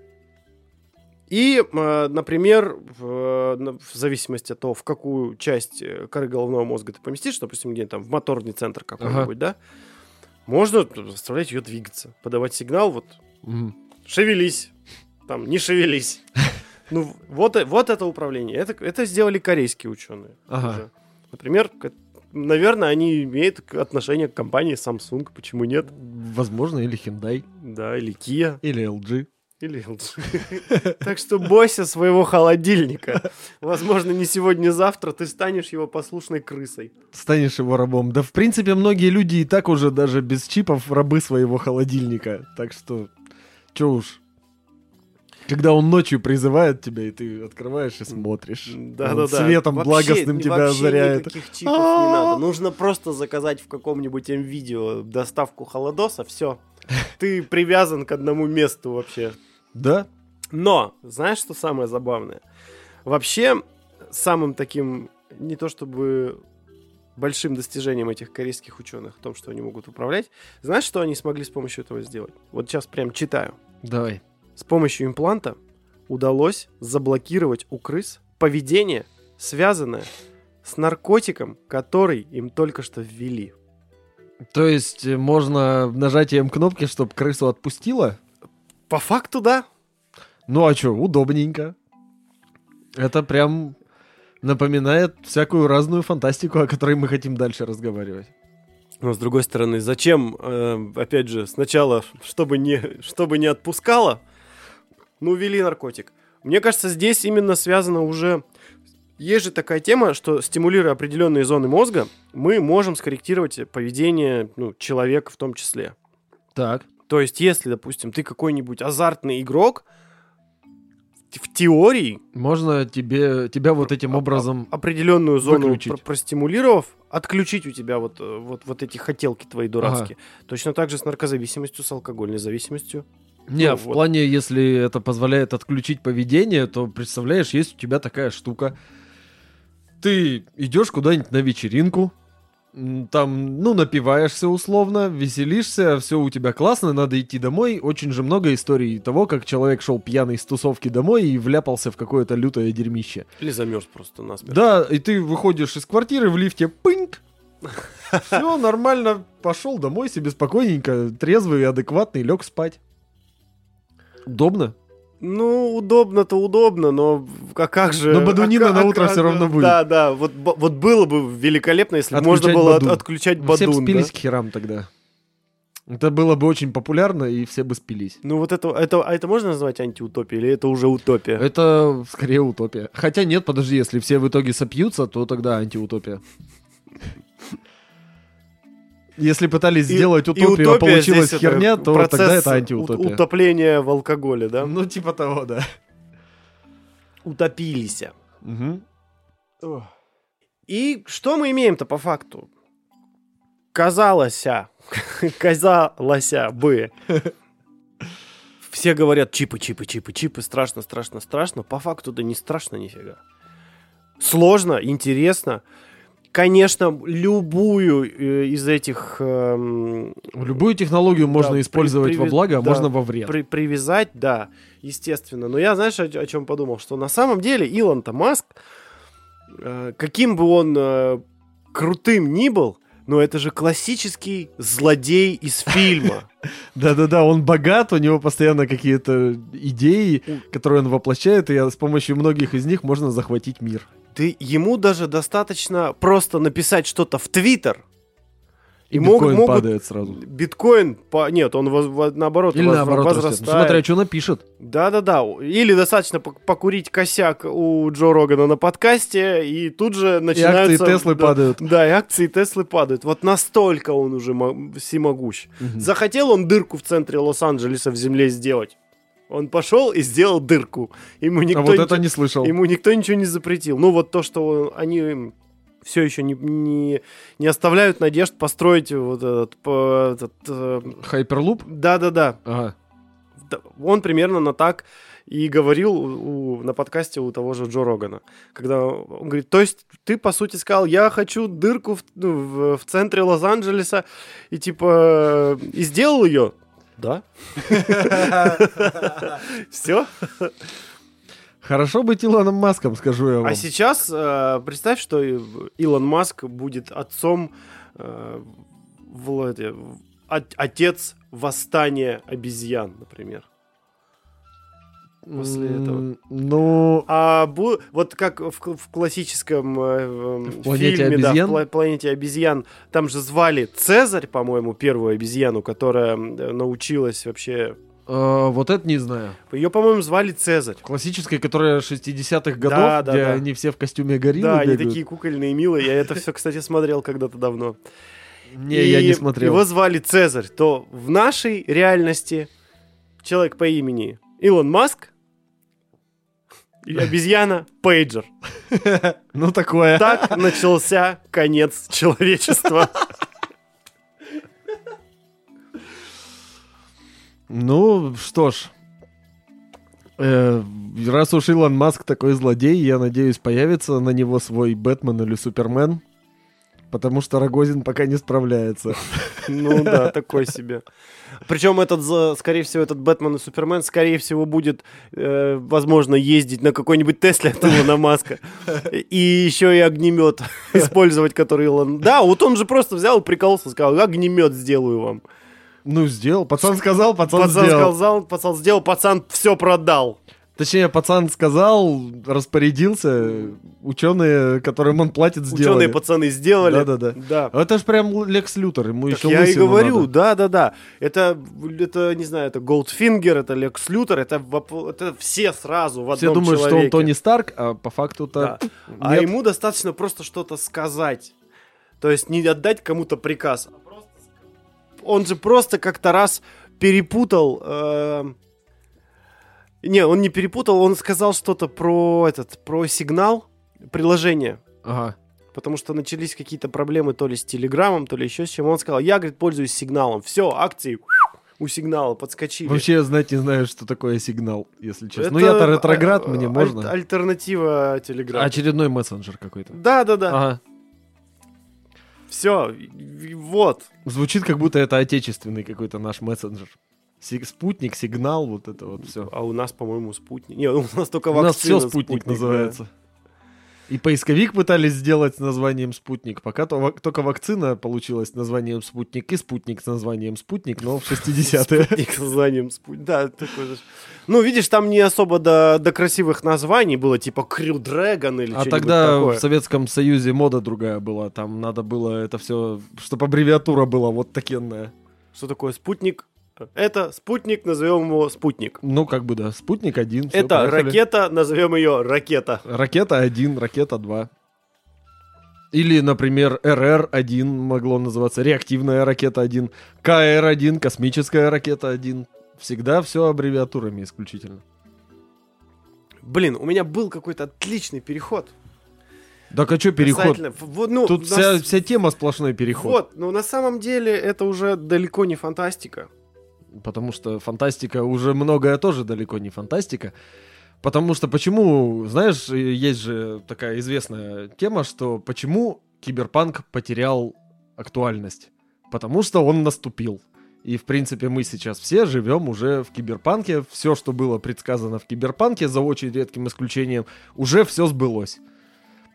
И, например, в зависимости от того, в какую часть коры головного мозга ты поместишь, допустим, где-нибудь там в моторный центр какой-нибудь, да, можно заставлять ее двигаться, подавать сигнал, вот, шевелись, там, не шевелись. Ну, вот это управление. Это сделали корейские ученые. Уже. Например, наверное, они имеют отношение к компании Samsung, почему нет? Возможно, или Hyundai. Да, или Kia. Или LG. Или LG. Так что бойся своего холодильника. Возможно, не сегодня-завтра ты станешь его послушной крысой. Станешь его рабом. Да, в принципе, многие люди и так уже даже без чипов рабы своего холодильника. Так что, чё уж. Когда он ночью призывает тебя, и ты открываешь и смотришь. Да. Светом благостным тебя озаряет. Никаких чипов не надо. Нужно просто заказать в каком-нибудь М-видео доставку холодоса, все. Ты привязан к одному месту вообще. Да. Но, знаешь, что самое забавное? Вообще, самым таким, не то чтобы большим достижением этих корейских ученых в том, что они могут управлять, знаешь, что они смогли с помощью этого сделать? Вот сейчас прям читаю. Давай. С помощью импланта удалось заблокировать у крыс поведение, связанное с наркотиком, который им только что ввели. То есть можно нажатием кнопки, чтобы крысу отпустило? По факту, да. Ну а что, удобненько. Это прям напоминает всякую разную фантастику, о которой мы хотим дальше разговаривать. Но с другой стороны, зачем, опять же, сначала, чтобы не отпускало, ну, ввели наркотик. Мне кажется, здесь именно связано уже... Есть же такая тема, что стимулируя определенные зоны мозга, мы можем скорректировать поведение человека в том числе. Так. То есть, если, допустим, ты какой-нибудь азартный игрок, в теории... Можно тебя вот этим образом определенную зону выключить. Простимулировав, отключить у тебя вот эти хотелки твои дурацкие. Ага. Точно так же с наркозависимостью, с алкогольной зависимостью. Не, в плане, если это позволяет отключить поведение, то, представляешь, есть у тебя такая штука. Ты идешь куда-нибудь на вечеринку, там, напиваешься условно, веселишься, все у тебя классно, надо идти домой. Очень же много историй того, как человек шел пьяный с тусовки домой и вляпался в какое-то лютое дерьмище. Или замерз просто насмерть. Да, и ты выходишь из квартиры в лифте, пыньк, все нормально, пошел домой себе спокойненько, трезвый и адекватный, лег спать. Удобно? Ну, удобно-то удобно, но как же... Но бадунина на утро все равно будет. Да, вот было бы великолепно, если бы можно было отключать бадун. Все бы спились к херам тогда. Это было бы очень популярно, и все бы спились. Ну вот это можно назвать антиутопией, или это уже утопия? Это скорее утопия. Хотя нет, подожди, если все в итоге сопьются, то тогда антиутопия. Если пытались сделать утопию, а получилась херня, то тогда это антиутопия. Утопление в алкоголе, да? Ну, типа того, да. Утопились. Угу. И что мы имеем-то по факту? Казалось бы. Все говорят чипы, страшно. По факту да не страшно нифига. Сложно, интересно. Конечно, любую из этих... Любую технологию можно использовать во благо, а можно во вред. Привязать, да, естественно. Но я, знаешь, о чем подумал? Что на самом деле Илон-то Маск, каким бы он крутым ни был, Но это же классический злодей из фильма. Да-да-да, он богат, у него постоянно какие-то идеи, которые он воплощает, и с помощью многих из них можно захватить мир. Ему даже достаточно просто написать что-то в Твиттер. И биткоин падает сразу. Биткоин, нет, он наоборот, или наоборот возрастает. Ну, смотря, что напишет. Да-да-да. Или достаточно покурить косяк у Джо Рогана на подкасте, и тут же начинаются... И акции Теслы падают. Да, и акции Теслы падают. Вот настолько он уже всемогущ. Захотел он дырку в центре Лос-Анджелеса в земле сделать. Он пошел и сделал дырку. Ему никто вот это не слышал. Ему никто ничего не запретил. Ну вот то, что они... все еще не оставляют надежд построить вот этот... Хайперлуп? Да-да-да. Ага. Он примерно так и говорил на подкасте у того же Джо Рогана. Когда он говорит, то есть ты, по сути, сказал, я хочу дырку в центре Лос-Анджелеса и типа... И сделал ее? Да. Все. Хорошо быть Илоном Маском, скажу я вам. А сейчас представь, что Илон Маск будет отцом, отец восстания обезьян, например. После этого. Ну... Вот как в классическом «Планете фильме, обезьян»? Да, в «Планете обезьян», там же звали Цезарь, по-моему, первую обезьяну, которая научилась вообще... Вот это не знаю. Ее, по-моему, звали Цезарь. Классическая, которая 60-х годов, где они все в костюме гориллы Да, бегают. они такие кукольные, милые. Я это все, кстати, смотрел когда-то давно. Я не смотрел. Его звали Цезарь. То в нашей реальности человек по имени Илон Маск и обезьяна Пейджер. Ну, такое. Так начался конец человечества. Ну, что ж. Раз уж Илон Маск такой злодей, я надеюсь, появится на него свой Бэтмен или Супермен. Потому что Рогозин пока не справляется. Ну да, такой себе. Причем скорее всего, этот Бэтмен и Супермен, скорее всего, будет, возможно, ездить на какой-нибудь Тесле от Илона Маска. И еще и огнемет использовать, который Илон... Да, вот он же просто взял и прикололся, сказал, огнемет сделаю вам. Ну, сделал. Пацан сказал, пацан сделал, пацан все продал. Точнее, пацан сказал, распорядился, ученые, которым он платит, сделали. Ученые пацаны сделали. Да. Это ж прям Лекс Лютер, ему так еще я и говорю, надо. да. Это, не знаю, это Голдфингер, это Лекс Лютер, это все сразу в одном человеке. Все думают, что он Тони Старк, а по факту-то да. А ему достаточно просто что-то сказать. То есть не отдать кому-то приказ. Он же просто как-то раз перепутал... Не, он не перепутал, он сказал что-то про сигнал приложения. Ага. Потому что начались какие-то проблемы то ли с Телеграмом, то ли еще с чем. Он сказал, я, говорит, пользуюсь сигналом. Все, акции у сигнала подскочили. Вообще я знать не знаю, что такое сигнал, если честно. Ну я-то ретроград, мне можно. Альтернатива Телеграму. Очередной мессенджер какой-то. Да. Ага. Все, вот. Звучит, как будто это отечественный какой-то наш мессенджер. Спутник, сигнал, вот это вот все. А у нас, по-моему, спутник. Не, у нас только вакцина. У нас все спутник называется. Да. И поисковик пытались сделать с названием «Спутник». Пока только вакцина получилась с названием «Спутник» и спутник с названием «Спутник», но в 60-е. Спутник с названием «Спутник», да. Такой же. Ну, видишь, там не особо до красивых названий было, типа «Крю Дрэгон» или что-нибудь тогда такое. В Советском Союзе мода другая была. Там надо было это все, чтобы аббревиатура была вот такенная. Что такое «Спутник»? Это спутник, назовем его спутник. Ну, как бы, да, спутник 1. Это поехали. Ракета, назовем ее ракета. Ракета 1, ракета 2. Или, например, РР-1 могло называться, реактивная ракета 1. КР-1, космическая ракета 1. Всегда все аббревиатурами исключительно. Блин, у меня был какой-то отличный переход. Так а что переход? Тут вся тема сплошной переход. Вот, но на самом деле это уже далеко не фантастика. Потому что фантастика, уже многое тоже далеко не фантастика. Потому что почему, знаешь, есть же такая известная тема, что почему киберпанк потерял актуальность. Потому что он наступил. И, в принципе, мы сейчас все живем уже в киберпанке. Все, что было предсказано в киберпанке, за очень редким исключением, уже все сбылось.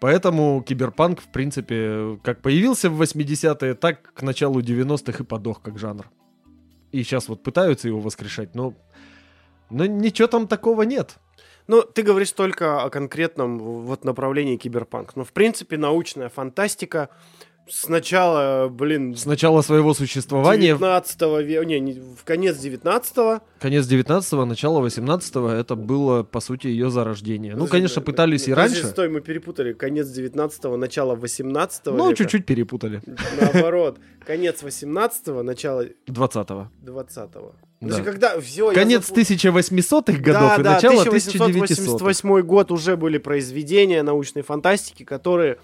Поэтому киберпанк, в принципе, как появился в 80-е, так к началу 90-х и подох как жанр. И сейчас вот пытаются его воскрешать, но ничего там такого нет. Ну, ты говоришь только о конкретном вот направлении киберпанк. Но, в принципе, научная фантастика с начала, С начала своего существования... 19 века, в конец 19-го. Конец 19-го, начало 18-го, это было, по сути, ее зарождение. Ну, конечно, пытались и раньше. Стой, мы перепутали. Конец 19-го, начало 18-го Ну, века. чуть-чуть перепутали. Наоборот. Конец 18-го, начало 20-го. 20-го. Да. Когда все, конец 1800-х годов и начало 1900-х. 1888 год уже были произведения научной фантастики, которые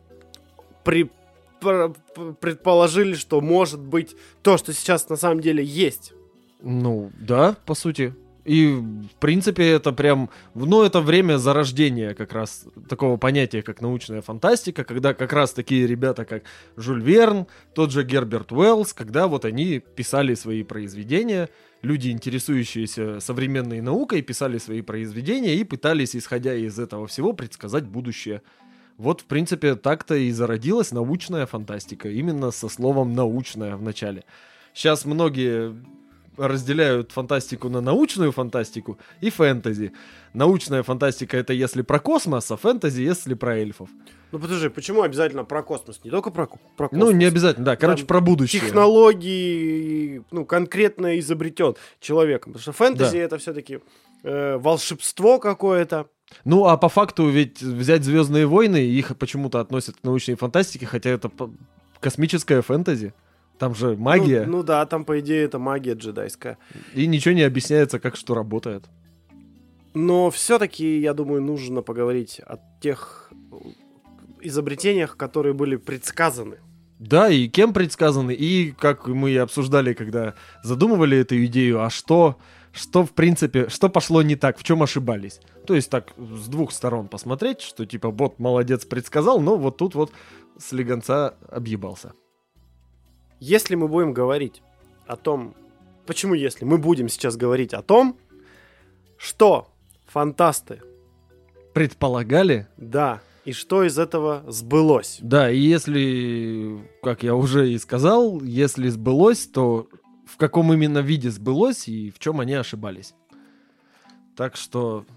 предположили, что может быть то, что сейчас на самом деле есть. Ну, да, по сути. И, в принципе, это прям... Ну, это время зарождения как раз такого понятия, как научная фантастика, когда как раз такие ребята, как Жюль Верн, тот же Герберт Уэллс, когда вот они писали свои произведения, люди, интересующиеся современной наукой, писали свои произведения и пытались, исходя из этого всего, предсказать будущее. Вот, в принципе, так-то и зародилась научная фантастика, именно со словом «научная» в начале. Сейчас многие разделяют фантастику на научную фантастику и фэнтези. Научная фантастика — это если про космос, а фэнтези — если про эльфов. Ну подожди, почему обязательно про космос? Не только про космос. Ну, не обязательно, да. Короче, там про будущее. Технологии, ну, конкретно изобретен человеком. Потому что фэнтези это все-таки волшебство какое-то. Ну, а по факту ведь взять «Звездные войны», их почему-то относят к научной фантастике, хотя это космическая фэнтези. Там же магия. Ну да, там, по идее, это магия джедайская. И ничего не объясняется, как что работает. Но все-таки, я думаю, нужно поговорить о тех изобретениях, которые были предсказаны. Да, и кем предсказаны, и как мы и обсуждали, когда задумывали эту идею, а что в принципе, что пошло не так, в чем ошибались. То есть так с двух сторон посмотреть, что типа вот молодец предсказал, но вот тут вот слегонца объебался. Если мы будем говорить о том... Почему если? Мы будем сейчас говорить о том, что фантасты... Предполагали? Да. И что из этого сбылось? Да, и если, как я уже и сказал, если сбылось, то в каком именно виде сбылось и в чем они ошибались. Так что...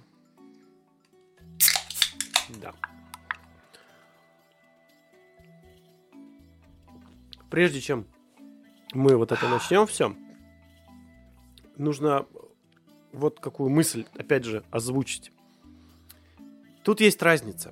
Да. Прежде чем мы вот это начнем все, нужно вот какую мысль, опять же, озвучить. Тут есть разница.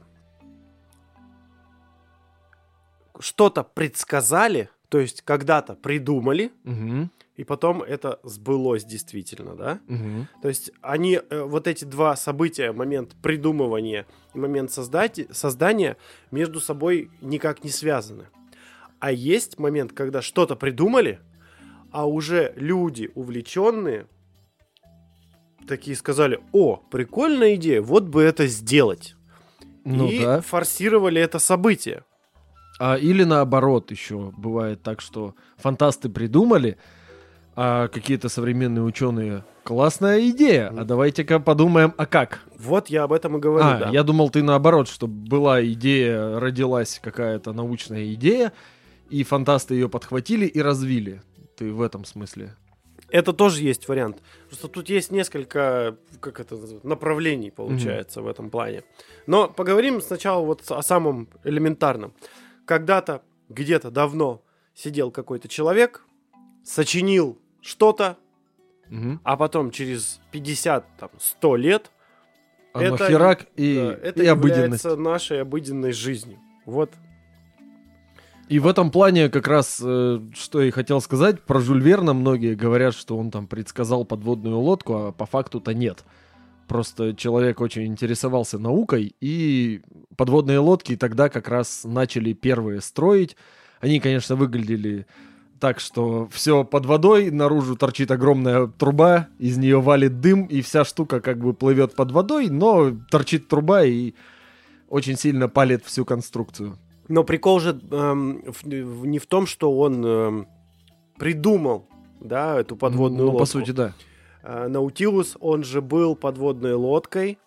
Что-то предсказали, то есть когда-то придумали, и потом это сбылось действительно, да? То есть они, вот эти два события, момент придумывания и момент создания, между собой никак не связаны. А есть момент, когда что-то придумали, а уже люди увлеченные такие сказали: о, прикольная идея, вот бы это сделать. Ну, и да. форсировали это событие. Или наоборот еще бывает так, что фантасты придумали, а какие-то современные ученые: классная идея, а давайте-ка подумаем, а как? Вот я об этом и говорю, да. Я думал, ты наоборот, что была идея, родилась какая-то научная идея, и фантасты ее подхватили и развили. Ты в этом смысле? Это тоже есть вариант. Просто тут есть несколько, как это называется, направлений, получается, в этом плане. Но поговорим сначала вот о самом элементарном. Когда-то, где-то давно сидел какой-то человек, сочинил что-то, а потом через 50-100 лет это херак и обыденность. Является нашей обыденной жизнью. Вот. И в этом плане как раз, что я хотел сказать, про Жюль Верна многие говорят, что он там предсказал подводную лодку, а по факту-то нет. Просто человек очень интересовался наукой, и подводные лодки тогда как раз начали первые строить. Они, конечно, выглядели так, что все под водой, наружу торчит огромная труба, из нее валит дым, и вся штука как бы плывет под водой, но торчит труба и очень сильно палит всю конструкцию. Но прикол же не в том, что он придумал, да, эту подводную лодку. По сути, да. Наутилус, он же был подводной лодкой,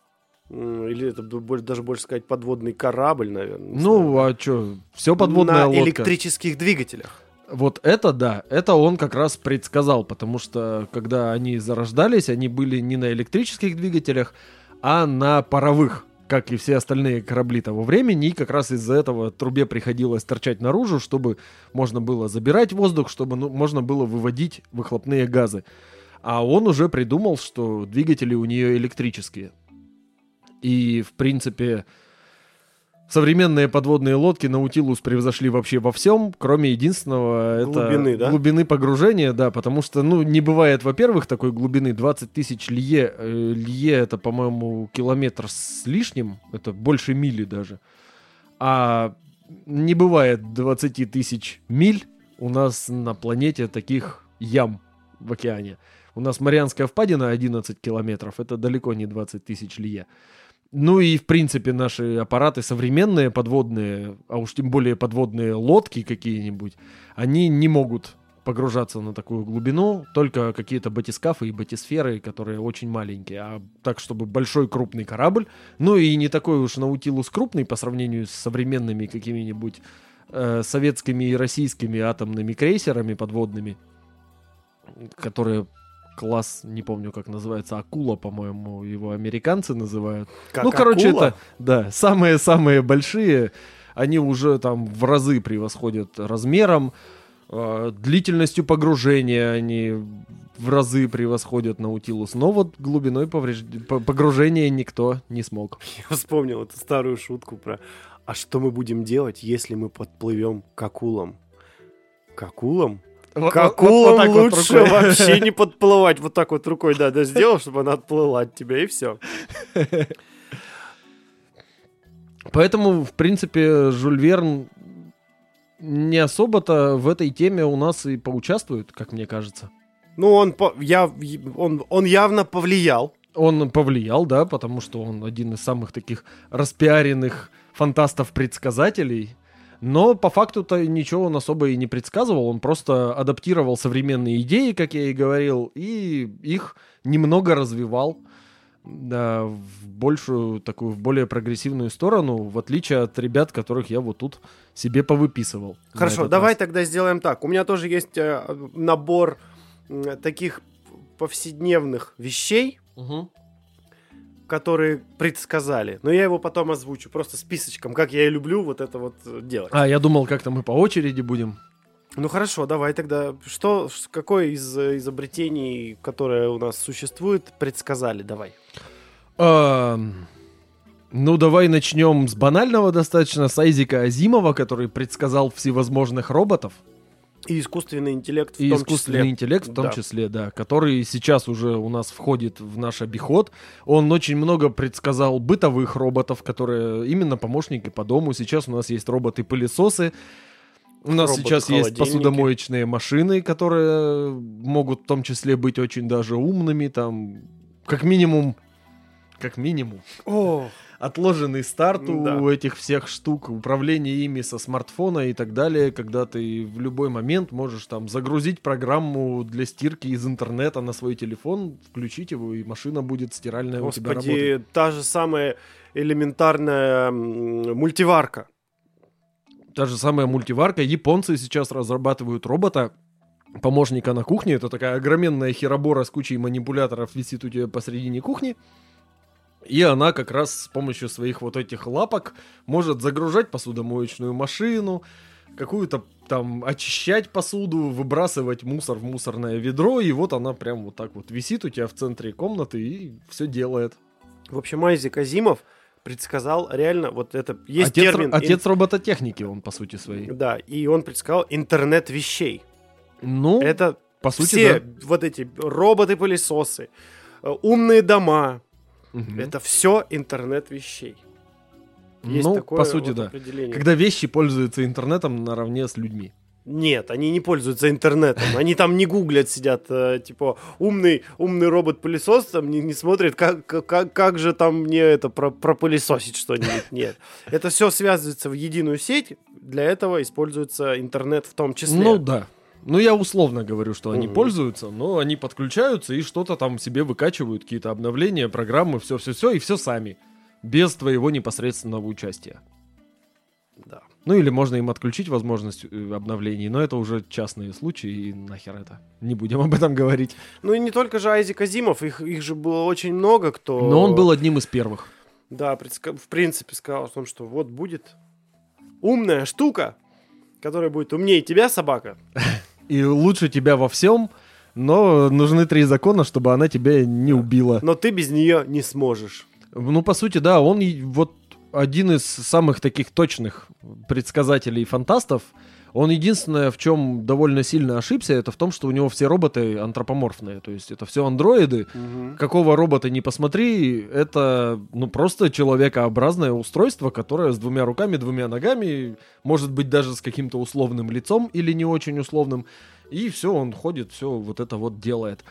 Или это даже больше сказать подводный корабль, наверное. Ну, а что, все подводная лодка. На электрических двигателях. Вот это да, это он как раз предсказал, потому что когда они зарождались, они были не на электрических двигателях, а на паровых, как и все остальные корабли того времени, и как раз из-за этого трубе приходилось торчать наружу, чтобы можно было забирать воздух, чтобы можно было выводить выхлопные газы. А он уже придумал, что двигатели у нее электрические. И, в принципе, современные подводные лодки Наутилус превзошли вообще во всем, кроме единственного, глубины, это да? глубины погружения, да, потому что, не бывает, во-первых, такой глубины 20 тысяч лье. Лье это, по-моему, километр с лишним, это больше мили даже. А не бывает 20 тысяч миль у нас на планете таких ям в океане. У нас Марианская впадина 11 километров, это далеко не 20 тысяч лье. Ну и, в принципе, наши аппараты современные, подводные, а уж тем более подводные лодки какие-нибудь, они не могут погружаться на такую глубину, только какие-то батискафы и батисферы, которые очень маленькие. А так, чтобы большой крупный корабль, ну и не такой уж Наутилус крупный по сравнению с современными какими-нибудь советскими и российскими атомными крейсерами подводными, которые... класс, не помню, как называется, акула, по-моему, его американцы называют. Как короче, акула? это, да, самые-самые большие, они уже там в разы превосходят размером, длительностью погружения они в разы превосходят Наутилус, но вот глубиной погружения никто не смог. Я вспомнил эту старую шутку про «А что мы будем делать, если мы подплывем к акулам?» К акулам? К акулам так вот лучше рукой. вообще не подплывать. Вот так вот рукой, да, сделал, чтобы она отплыла от тебя, и все. Поэтому, в принципе, Жюль Верн не особо-то в этой теме у нас и поучаствует, как мне кажется. Ну, он явно повлиял. Он повлиял, да, потому что он один из самых таких распиаренных фантастов-предсказателей. Но по факту-то ничего он особо и не предсказывал. Он просто адаптировал современные идеи, как я и говорил, и их немного развивал, да, в большую, такую, в более прогрессивную сторону, в отличие от ребят, которых я вот тут себе повыписывал. Хорошо, давай тогда сделаем так. У меня тоже есть набор таких повседневных вещей, которые предсказали. Но я его потом озвучу, просто списочком, как я и люблю вот это вот делать. А, я думал, как-то мы по очереди будем. Ну хорошо, давай тогда. Какое из изобретений, которое у нас существует, предсказали? Давай. Ну, давай начнем с банального достаточно, с Айзека Азимова, который предсказал всевозможных роботов. И искусственный интеллект в том числе. Интеллект в том числе, да, который сейчас уже у нас входит в наш обиход. Он очень много предсказал бытовых роботов, которые именно помощники по дому. Сейчас у нас есть роботы-пылесосы. У нас сейчас есть посудомоечные машины, которые могут в том числе быть очень даже умными. Там, как минимум, отложенный старт у этих всех штук, управление ими со смартфона и так далее, когда ты в любой момент можешь там загрузить программу для стирки из интернета на свой телефон, включить его, и машина будет стиральная у тебя работать. Господи, та же самая элементарная мультиварка. Та же самая мультиварка. Японцы сейчас разрабатывают робота, помощника на кухне. Это такая огроменная херобора с кучей манипуляторов висит у тебя посредине кухни. И она как раз с помощью своих вот этих лапок может загружать посудомоечную машину, какую-то там очищать посуду, выбрасывать мусор в мусорное ведро, и вот она прям вот так вот висит у тебя в центре комнаты и все делает. В общем, Айзек Азимов предсказал реально вот это... Есть термин... Отец робототехники он, по сути своей. Да, и он предсказал интернет вещей. Ну, это по сути, все да. Вот эти роботы-пылесосы, умные дома... Это все интернет вещей. Есть такое по сути, вот да. определение. Когда вещи пользуются интернетом наравне с людьми. Нет, они не пользуются интернетом. Они там не гуглят, сидят. Типа, умный робот-пылесос там не смотрит, как же там мне это пропылесосить что-нибудь. Нет. Это все связывается в единую сеть. Для этого используется интернет в том числе. Ну да. Ну, я условно говорю, что они пользуются, но они подключаются и что-то там себе выкачивают, какие-то обновления, программы, все-все-все, и все сами. без твоего непосредственного участия. Да. Ну или можно им отключить возможность обновлений, но это уже частные случаи, и нахер это. Не будем об этом говорить. Ну и не только же Айзек Азимов, их же было очень много, кто... Но он был одним из первых. Да, в принципе сказал о том, что вот будет умная штука, которая будет умнее тебя, собака. И лучше тебя во всем, но нужны 3 закона, чтобы она тебя не убила. Но ты без нее не сможешь. Ну, по сути, да, он вот один из самых таких точных предсказателей фантастов. Он единственное, в чем довольно сильно ошибся, это в том, что у него все роботы антропоморфные. То есть это все андроиды. Угу. Какого робота ни посмотри, это просто человекообразное устройство, которое с 2 руками, 2 ногами, может быть даже с каким-то условным лицом или не очень условным. И все, он ходит, все вот это вот делает.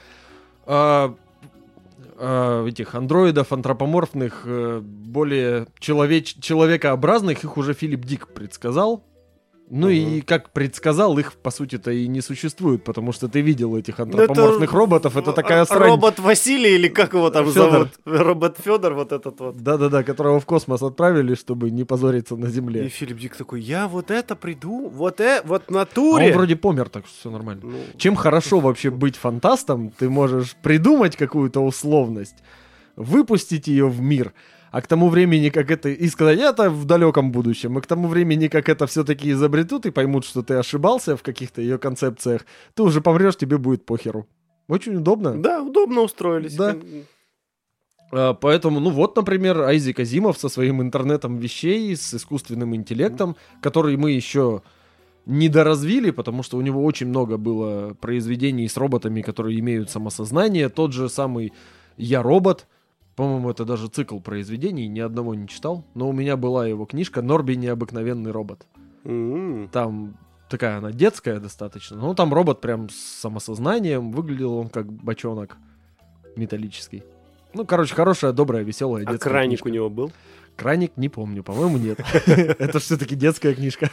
Этих андроидов антропоморфных, более человекообразных, их уже Филипп Дик предсказал. Ну и как предсказал, их по сути-то и не существует, потому что ты видел этих антропоморфных роботов, это такая срань. Робот Василий или как его там Фёдор. зовут? Робот Федор вот этот вот. Да-да-да, которого в космос отправили, чтобы не позориться на И Земле. Филипп Дик такой, я вот это приду, вот в А натуре. он вроде помер, так что все нормально. Ну, Чем хорошо вообще быть фантастом, ты можешь придумать какую-то условность, выпустить ее в мир, а к тому времени, как это... И сказать, это в далеком будущем. И к тому времени, как это все-таки изобретут и поймут, что ты ошибался в каких-то ее концепциях, ты уже помрешь, тебе будет похеру. Очень удобно. да, удобно устроились. Да. Поэтому, например, Айзек Азимов со своим интернетом вещей, с искусственным интеллектом, который мы еще недоразвили, потому что у него очень много было произведений с роботами, которые имеют самосознание. Тот же самый «Я робот». По-моему, это даже цикл произведений, ни одного не читал. Но у меня была его книжка «Норби. Необыкновенный робот». Там такая она детская достаточно, но там робот прям с самосознанием. Выглядел он как бочонок металлический. Хорошая, добрая, веселая детская А краник книжка. у него был? Краник не помню, по-моему, нет. Это все-таки детская книжка.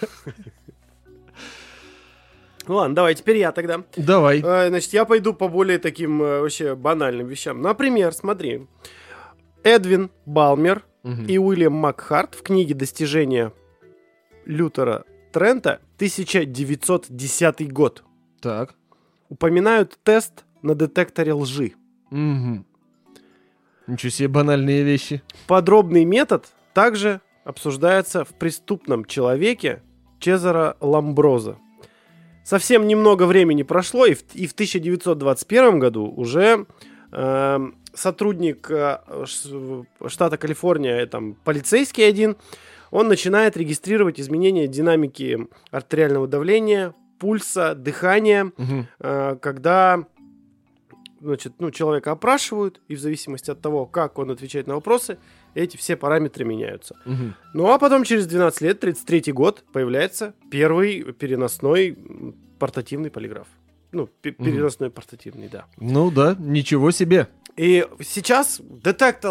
Ну ладно, давай, теперь я тогда. Давай. Значит, я пойду по более таким вообще банальным вещам. Например, смотри. Эдвин Балмер и Уильям Макхарт в книге «Достижения Лютера Трента», 1910 год, Так. упоминают тест на детекторе лжи. Угу. Ничего себе, банальные вещи. Подробный метод также обсуждается в «Преступном человеке» Чезаро Ламброза. Совсем немного времени прошло, и в 1921 году уже сотрудник штата Калифорния, там полицейский один, он начинает регистрировать изменения динамики артериального давления, пульса, дыхания, когда человека опрашивают, и в зависимости от того, как он отвечает на вопросы, эти все параметры меняются. Ну а потом через 12 лет, 33-й год, появляется первый переносной портативный полиграф. Переносной портативный, да. Ну да, ничего себе. И сейчас детектор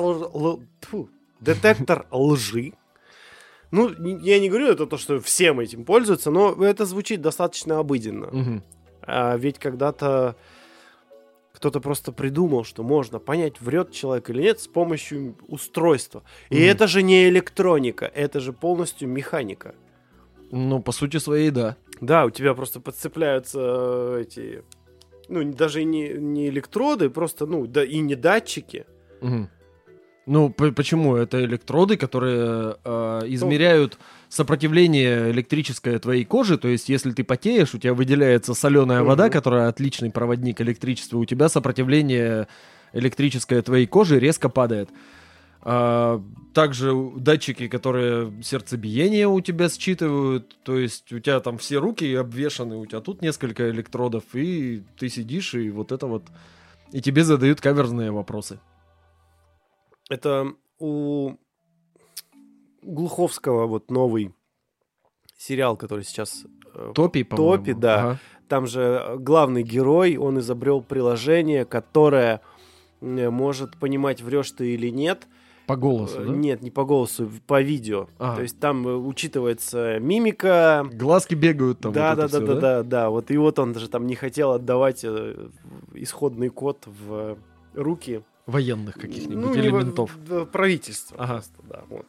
лжи. Я не говорю это то, что всем этим пользуются, но это звучит достаточно обыденно. Ведь когда-то кто-то просто придумал, что можно понять, врет человек или нет, с помощью устройства. И это же не электроника, это же полностью механика. По сути своей, да. Да, у тебя просто подцепляются эти... даже и не электроды, просто, и не датчики. Почему? Это электроды, которые измеряют сопротивление электрическое твоей кожи. То есть, если ты потеешь, у тебя выделяется соленая вода, которая отличный проводник электричества, у тебя сопротивление электрическое твоей кожи резко падает. Также датчики, которые сердцебиение у тебя считывают, то есть у тебя там все руки обвешаны, у тебя тут несколько электродов, и ты сидишь, и вот это вот, и тебе задают каверзные вопросы. Это у Глуховского вот новый сериал, который сейчас... Топи, по-моему. Топи, да. Ага. Там же главный герой, он изобрел приложение, которое может понимать, врешь ты или нет. По голосу, да? Нет, не по голосу, по видео. То есть там учитывается мимика. Глазки бегают там. Да. Вот он даже там не хотел отдавать исходный код в руки Военных каких-нибудь не или ментов. Правительство. Ага. Просто, да, вот.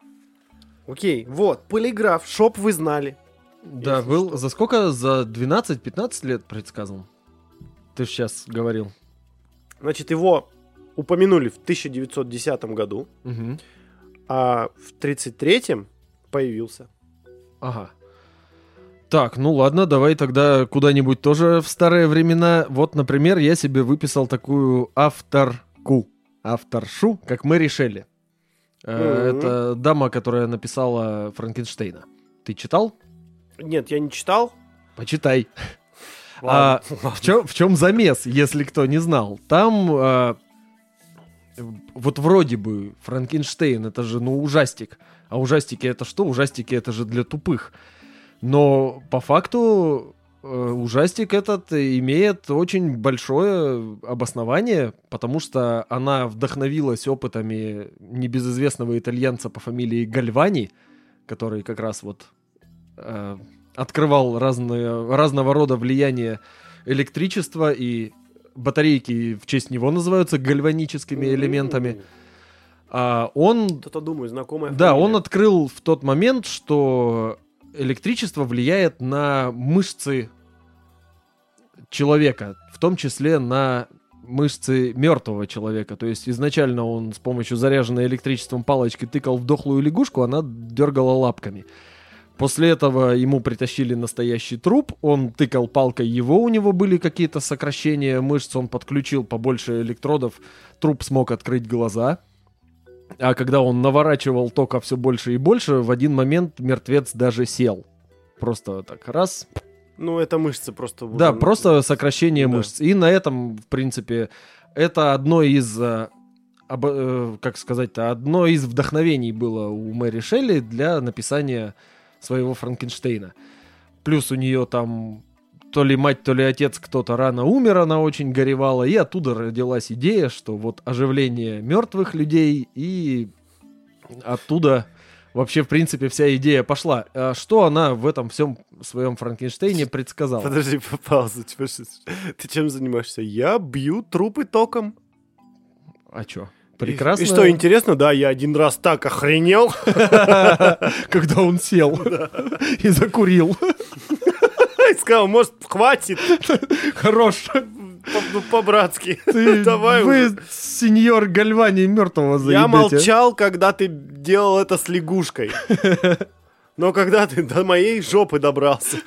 Окей, вот, полиграф, чтоб вы знали. Да, Если был что. за сколько? За 12-15 лет предсказан? Ты же сейчас говорил. Значит, его упомянули в 1910 году, Мгм. а в 1933 появился. Ага. Так, ну ладно, давай тогда куда-нибудь тоже в старые времена. Вот, например, я себе выписал такую авторшу, как Мэри Шелли. Это дама, которая написала Франкенштейна. Ты читал? Нет, я не читал. Почитай. Ладно, В чем замес, если кто не знал? Там вот вроде бы Франкенштейн это же ужастик. А ужастики это что? Ужастики это же для тупых. Но по факту ужастик этот имеет очень большое обоснование, потому что она вдохновилась опытами небезызвестного итальянца по фамилии Гальвани, который как раз вот открывал разного рода влияние электричества, и батарейки в честь него называются гальваническими элементами. Он... Кто-то думает, знакомая Да, фамилия. он открыл в тот момент, что электричество влияет на мышцы человека, в том числе на мышцы мертвого человека. То есть изначально он с помощью заряженной электричеством палочки тыкал в дохлую лягушку, она дергала лапками. После этого ему притащили настоящий труп, он тыкал палкой его, у него были какие-то сокращения мышц, он подключил побольше электродов, труп смог открыть глаза. А когда он наворачивал тока все больше и больше, в один момент мертвец даже сел. Просто так раз. Ну, это мышцы просто... Да, просто сокращение Да. мышц. И на этом, в принципе, это одно из, как сказать-то, одно из вдохновений было у Мэри Шелли для написания своего Франкенштейна. Плюс у нее там то ли мать, то ли отец кто-то рано умер, она очень горевала, и оттуда родилась идея, что вот оживление мертвых людей, и оттуда вообще, в принципе, вся идея пошла. А что она в этом всем своем Франкенштейне предсказала? Подожди, паузу. Ты чем занимаешься? Я бью трупы током. А чё? Прекрасно. И что интересно, да, я один раз так охренел. Когда он сел и закурил. И сказал, может, хватит. Хорош. По-братски. Давай Давай вы, уже. сеньор Гальвани, мертвого заебете. Я молчал, когда ты делал это с лягушкой. Но когда ты до моей жопы добрался.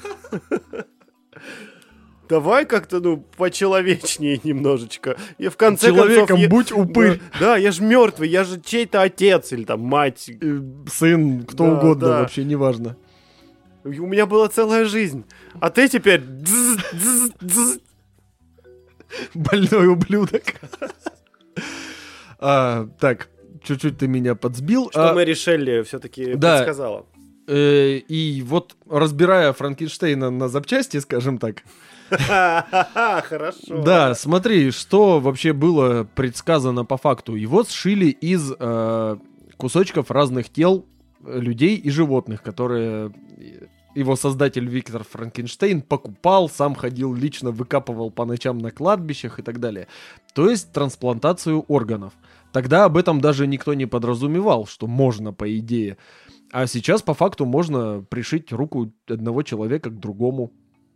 Давай как-то, почеловечнее немножечко. И в конце Человеком концов... будь упырь. Да, я же мертвый, я же чей-то отец или там мать. Сын, кто Да, угодно, да. вообще неважно. У меня была целая жизнь. А ты теперь... дзз. Больной ублюдок. Так, чуть-чуть ты меня подсбил. Что Мэри Шелли все-таки да. предсказала. И вот, разбирая Франкенштейна на запчасти, скажем так, Хорошо. да, смотри, что вообще было предсказано по факту. Его сшили из кусочков разных тел людей и животных, которые его создатель Виктор Франкенштейн покупал, сам ходил лично, выкапывал по ночам на кладбищах и так далее. То есть трансплантацию органов. Тогда об этом даже никто не подразумевал, что можно, по идее. А сейчас по факту можно пришить руку одного человека к другому.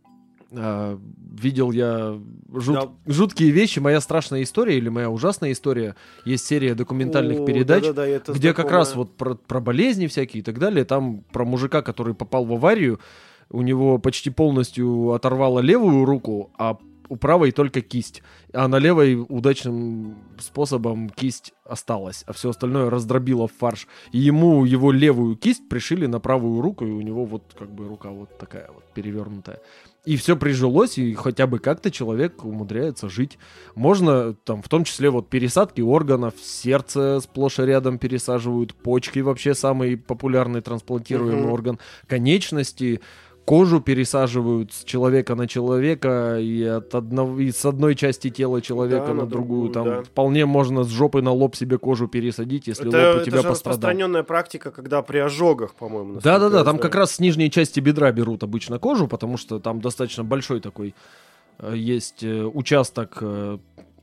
Видел я жуткие вещи. «Моя страшная история» или «Моя ужасная история». Есть серия документальных передач, где как раз вот про болезни всякие и так далее. Там про мужика, который попал в аварию, у него почти полностью оторвало левую руку, а у правой только кисть. А на левой удачным способом кисть осталась, а все остальное раздробило в фарш. И ему его левую кисть пришили на правую руку, и у него вот как бы рука вот такая вот перевернутая. И все прижилось, и хотя бы как-то человек умудряется жить. Можно, там, в том числе, вот пересадки органов, сердце сплошь и рядом пересаживают, почки вообще самый популярный трансплантируемый орган, конечности, кожу пересаживают с человека на человека и с одной части тела человека на другую. Там вполне можно с жопы на лоб себе кожу пересадить, если лоб у тебя это пострадал. распространенная практика, когда при ожогах, по-моему. Да-да-да, там как раз с нижней части бедра берут обычно кожу, потому что там достаточно большой такой есть участок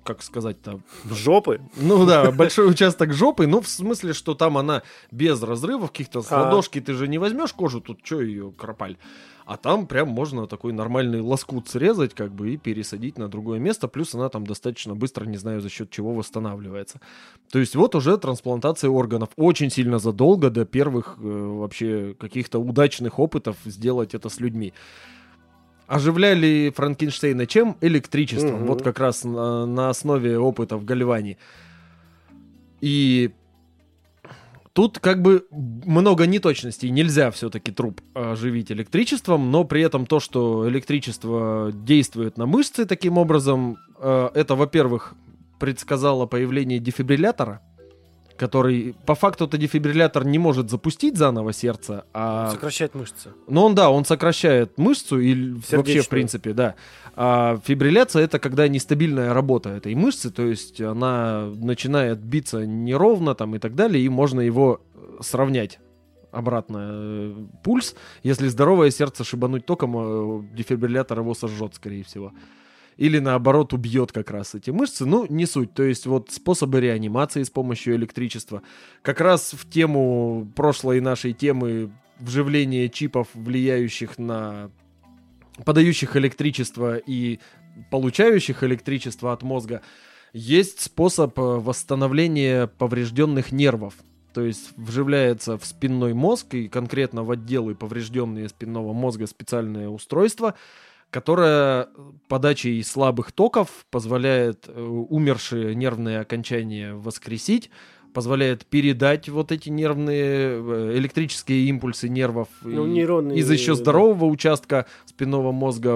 как сказать-то... В жопы? Ну да, большой участок жопы, ну в смысле, что там она без разрывов каких-то, с ладошки ты же не возьмешь кожу, тут что ее кропаль. А там прям можно такой нормальный лоскут срезать, как бы, и пересадить на другое место. Плюс она там достаточно быстро, не знаю, за счет чего восстанавливается. То есть вот уже трансплантация органов. Очень сильно задолго до первых вообще каких-то удачных опытов сделать это с людьми. Оживляли Франкенштейна чем? Электричеством. Вот как раз на основе опыта в Гальвании. И... Тут как бы много неточностей. Нельзя все-таки труп оживить электричеством, но при этом то, что электричество действует на мышцы таким образом, это, во-первых, предсказало появление дефибриллятора, который, по факту-то дефибриллятор не может запустить заново сердце, а... Сокращает мышцы. Ну, он сокращает мышцу и вообще, в принципе, да. А фибрилляция — это когда нестабильная работа этой мышцы, то есть она начинает биться неровно там и так далее, и можно его сравнять обратно пульс. Если здоровое сердце шибануть током, дефибриллятор его сожжет, скорее всего. Или наоборот убьет как раз эти мышцы. Ну, не суть. То есть вот способы реанимации с помощью электричества. Как раз в тему прошлой нашей темы вживления чипов, влияющих на... подающих электричество и получающих электричество от мозга, есть способ восстановления поврежденных нервов. То есть вживляется в спинной мозг и конкретно в отделы, поврежденные спинного мозга, специальное устройство, которая подачей слабых токов позволяет умершие нервные окончания воскресить, позволяет передать вот эти нервные электрические импульсы нервов из еще здорового участка спинного мозга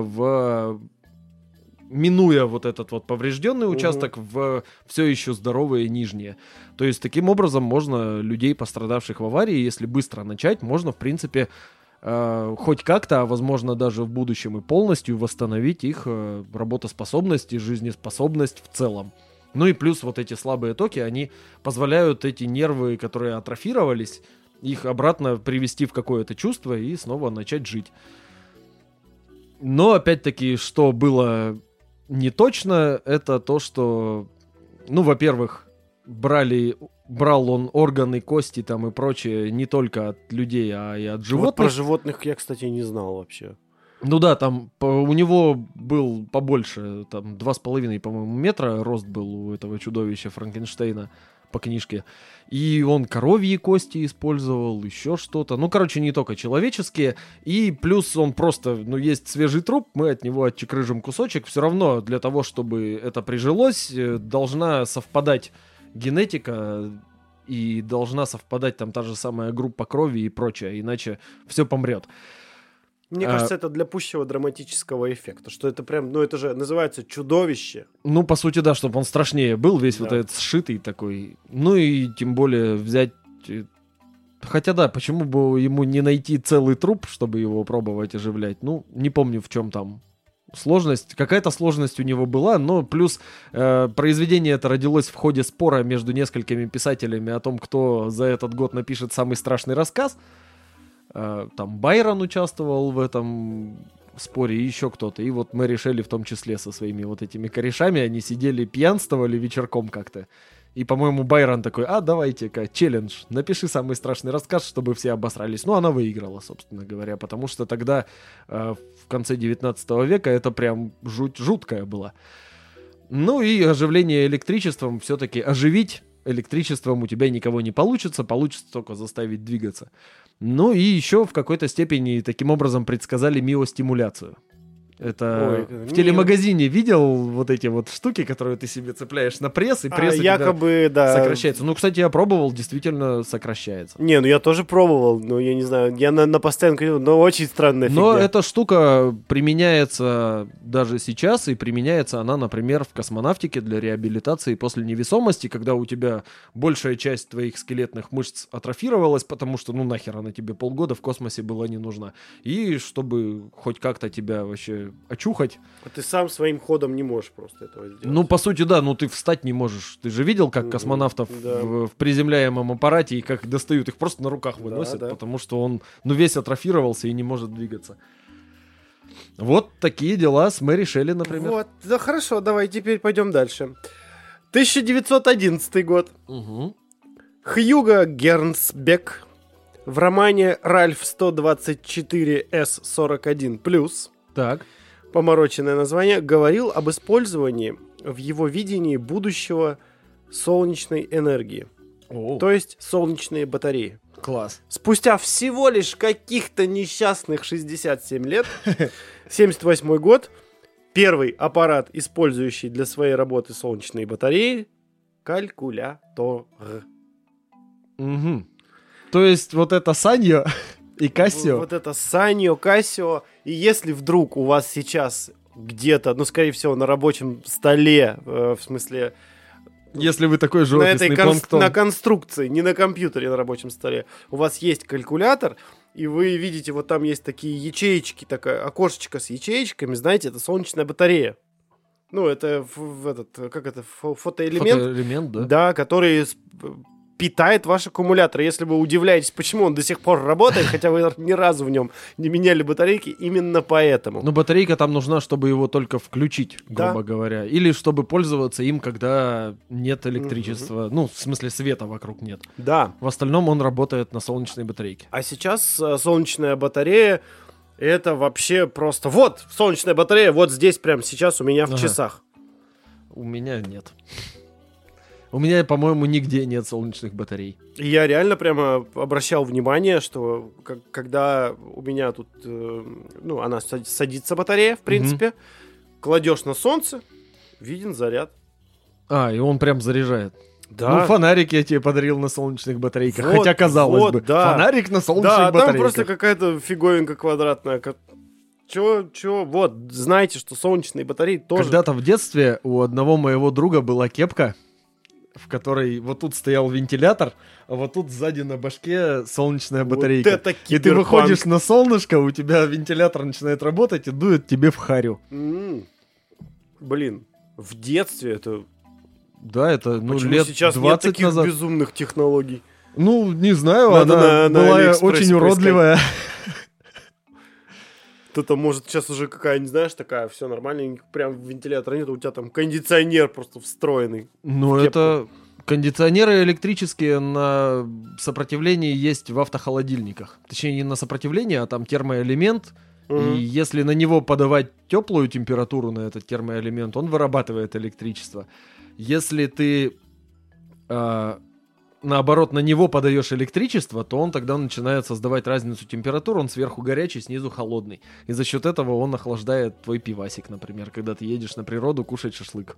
минуя вот этот вот поврежденный участок в все еще здоровые нижние. То есть таким образом можно людей, пострадавших в аварии, если быстро начать, можно в принципе хоть как-то, а возможно даже в будущем и полностью восстановить их работоспособность и жизнеспособность в целом. Ну и плюс вот эти слабые токи, они позволяют эти нервы, которые атрофировались, их обратно привести в какое-то чувство и снова начать жить. Но опять-таки, что было не точно, это то, что, ну, во-первых, брал он органы, кости там и прочее не только от людей, а и от животных. Вот про животных я, кстати, не знал вообще. Ну да, там у него был побольше, там 2,5, по-моему, метра рост был у этого чудовища Франкенштейна по книжке. И он коровьи кости использовал, еще что-то. Ну, короче, не только человеческие. И плюс он просто, ну, есть свежий труп, мы от него отчекрыжим кусочек. Все равно для того, чтобы это прижилось, должна совпадать генетика и должна совпадать там та же самая группа крови и прочее, иначе все помрет. Мне кажется, это для пущего драматического эффекта, что это прям, ну это же называется чудовище. Ну, по сути, да, чтобы он страшнее был, весь вот этот сшитый такой. Ну и тем более взять... Хотя да, почему бы ему не найти целый труп, чтобы его пробовать оживлять? Ну, не помню, в чем там сложность. Какая-то сложность у него была, но плюс произведение это родилось в ходе спора между несколькими писателями о том, кто за этот год напишет самый страшный рассказ. Там Байрон участвовал в этом споре, и еще кто-то. И вот Мэри Шелли в том числе со своими вот этими корешами, они сидели, пьянствовали вечерком как-то. И, по-моему, Байрон такой: давайте-ка, челлендж, напиши самый страшный рассказ, чтобы все обосрались. Ну, она выиграла, собственно говоря, потому что тогда, в конце 19 века, это прям жуткая была. Ну и оживление электричеством, все-таки оживить электричеством у тебя никого не получится, получится только заставить двигаться. Ну и еще в какой-то степени таким образом предсказали миостимуляцию. Это в телемагазине видел вот эти вот штуки, которые ты себе цепляешь на пресс, и пресс якобы, сокращается. Ну, кстати, я пробовал, действительно сокращается. Не, ну я тоже пробовал, но я не знаю, я на постоянку, но очень странная фигня. Но эта штука применяется даже сейчас, и применяется она, например, в космонавтике для реабилитации после невесомости, когда у тебя большая часть твоих скелетных мышц атрофировалась, потому что, ну нахер она тебе полгода в космосе была не нужна. И чтобы хоть как-то тебя вообще очухать. А ты сам своим ходом не можешь просто этого сделать. Ну, по сути, да, ну ты встать не можешь. Ты же видел, как космонавтов в приземляемом аппарате и как достают, их просто на руках выносят, потому что он, ну, весь атрофировался и не может двигаться. Вот такие дела с Мэри Шелли, например. Вот, да хорошо, давай теперь пойдем дальше. 1911 год. Угу. Хьюго Гернсбек в романе «Ральф 124С41+», Так. помороченное название, говорил об использовании в его видении будущего солнечной энергии. О, То есть солнечные батареи. класс. Спустя всего лишь каких-то несчастных 67 лет, 78 год, первый аппарат, использующий для своей работы солнечные батареи, калькулятор. Угу. То есть вот это Саньо и Кассио. Вот это Саньо, Кассио. И если вдруг у вас сейчас где-то, ну, скорее всего, на рабочем столе, в смысле... Если вы такой же на офисный этой планктон. на конструкции, не на компьютере на рабочем столе, у вас есть калькулятор, и вы видите, вот там есть такие ячеечки, такое окошечко с ячеечками, знаете, это солнечная батарея. Ну, это фотоэлемент. Фотоэлемент, да? Да, который питает ваш аккумулятор. Если вы удивляетесь, почему он до сих пор работает, хотя вы ни разу в нем не меняли батарейки, именно поэтому. Но батарейка там нужна, чтобы его только включить, Да. грубо говоря. Или чтобы пользоваться им, когда нет электричества. Ну, в смысле, света вокруг нет. Да. В остальном он работает на солнечной батарейке. А сейчас солнечная батарея это вообще просто... Вот, солнечная батарея, вот здесь прямо сейчас у меня в Ага. часах. У меня нет. У меня, по-моему, нигде нет солнечных батарей. И я реально прямо обращал внимание, что когда у меня тут... ну, она садится батарея, в принципе, кладешь на солнце, виден заряд. А, и он прям заряжает. Да. Ну, фонарик я тебе подарил на солнечных батарейках. Вот, хотя, казалось вот, бы, да. фонарик на солнечных Да, батарейках. там просто какая-то фиговинка квадратная. Чё, вот, знаете, что солнечные батареи тоже... Когда-то в детстве у одного моего друга была кепка, в которой вот тут стоял вентилятор, а вот тут сзади на башке солнечная батарейка. Вот это И ты киберпанк. выходишь на солнышко, у тебя вентилятор начинает работать и дует тебе в харю. Блин, в детстве это... Да, это Почему лет сейчас нет 20 таких назад. безумных технологий? Ну, не знаю, Надо она на была Алиэкспрессе очень поискать. уродливая. Кто-то может сейчас уже какая-нибудь, знаешь, такая, все нормально, прям вентилятора нет, у тебя там кондиционер просто встроенный. Ну, в кепку. это... Кондиционеры электрические на сопротивлении есть в автохолодильниках. Точнее, не на сопротивлении, а там термоэлемент. И если на него подавать теплую температуру, на этот термоэлемент, он вырабатывает электричество. Если ты, наоборот, на него подаешь электричество, то он тогда начинает создавать разницу температур. Он сверху горячий, снизу холодный. И за счет этого он охлаждает твой пивасик, например, когда ты едешь на природу кушать шашлык.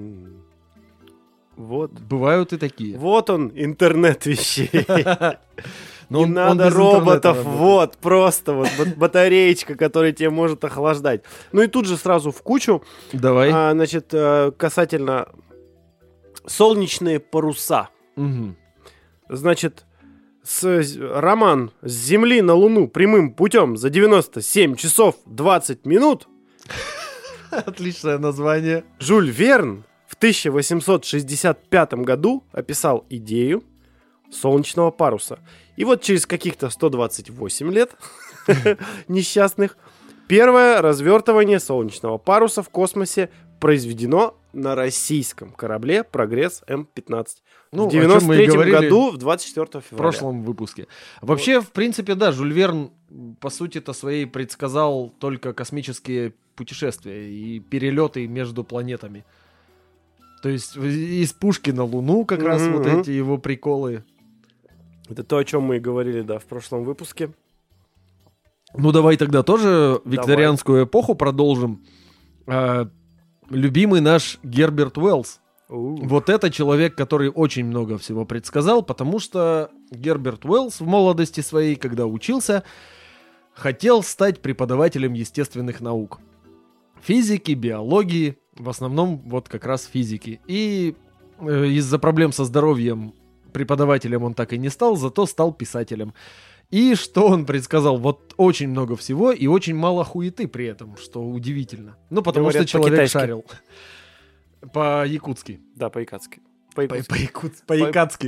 Вот. Бывают и такие. Вот он, интернет вещей. Но Не он надо без интернета роботов, работает. вот, просто вот батареечка, которая тебе может охлаждать. Ну и тут же сразу в кучу, Давай. значит, касательно солнечные паруса. Мгм. Значит, роман «С Земли на Луну прямым путем за 97 часов 20 минут» Отличное название. Жюль Верн в 1865 году описал идею солнечного паруса. И вот через каких-то 128 лет несчастных первое развертывание солнечного паруса в космосе произведено на российском корабле «Прогресс М-15». Ну, в о чем мы и 93 говорили году, в 24 в февраля. прошлом выпуске. Вообще, в принципе, да, Жюль Верн, по сути-то своей, предсказал только космические путешествия и перелеты между планетами. То есть из пушки на Луну как раз вот Мгм. эти его приколы. Это то, о чем мы и говорили, да, в прошлом выпуске. Ну, давай тогда тоже викторианскую эпоху продолжим. Любимый наш Герберт Уэллс. Вот это человек, который очень много всего предсказал, потому что Герберт Уэллс в молодости своей, когда учился, хотел стать преподавателем естественных наук. Физики, биологии, в основном вот как раз физики. И из-за проблем со здоровьем преподавателем он так и не стал, зато стал писателем. И что он предсказал? Вот очень много всего и очень мало хуеты при этом, что удивительно. Ну, потому Говорят, что человек по-китайски. шарил. По-якутски. Да, по-якутски. По-якутски.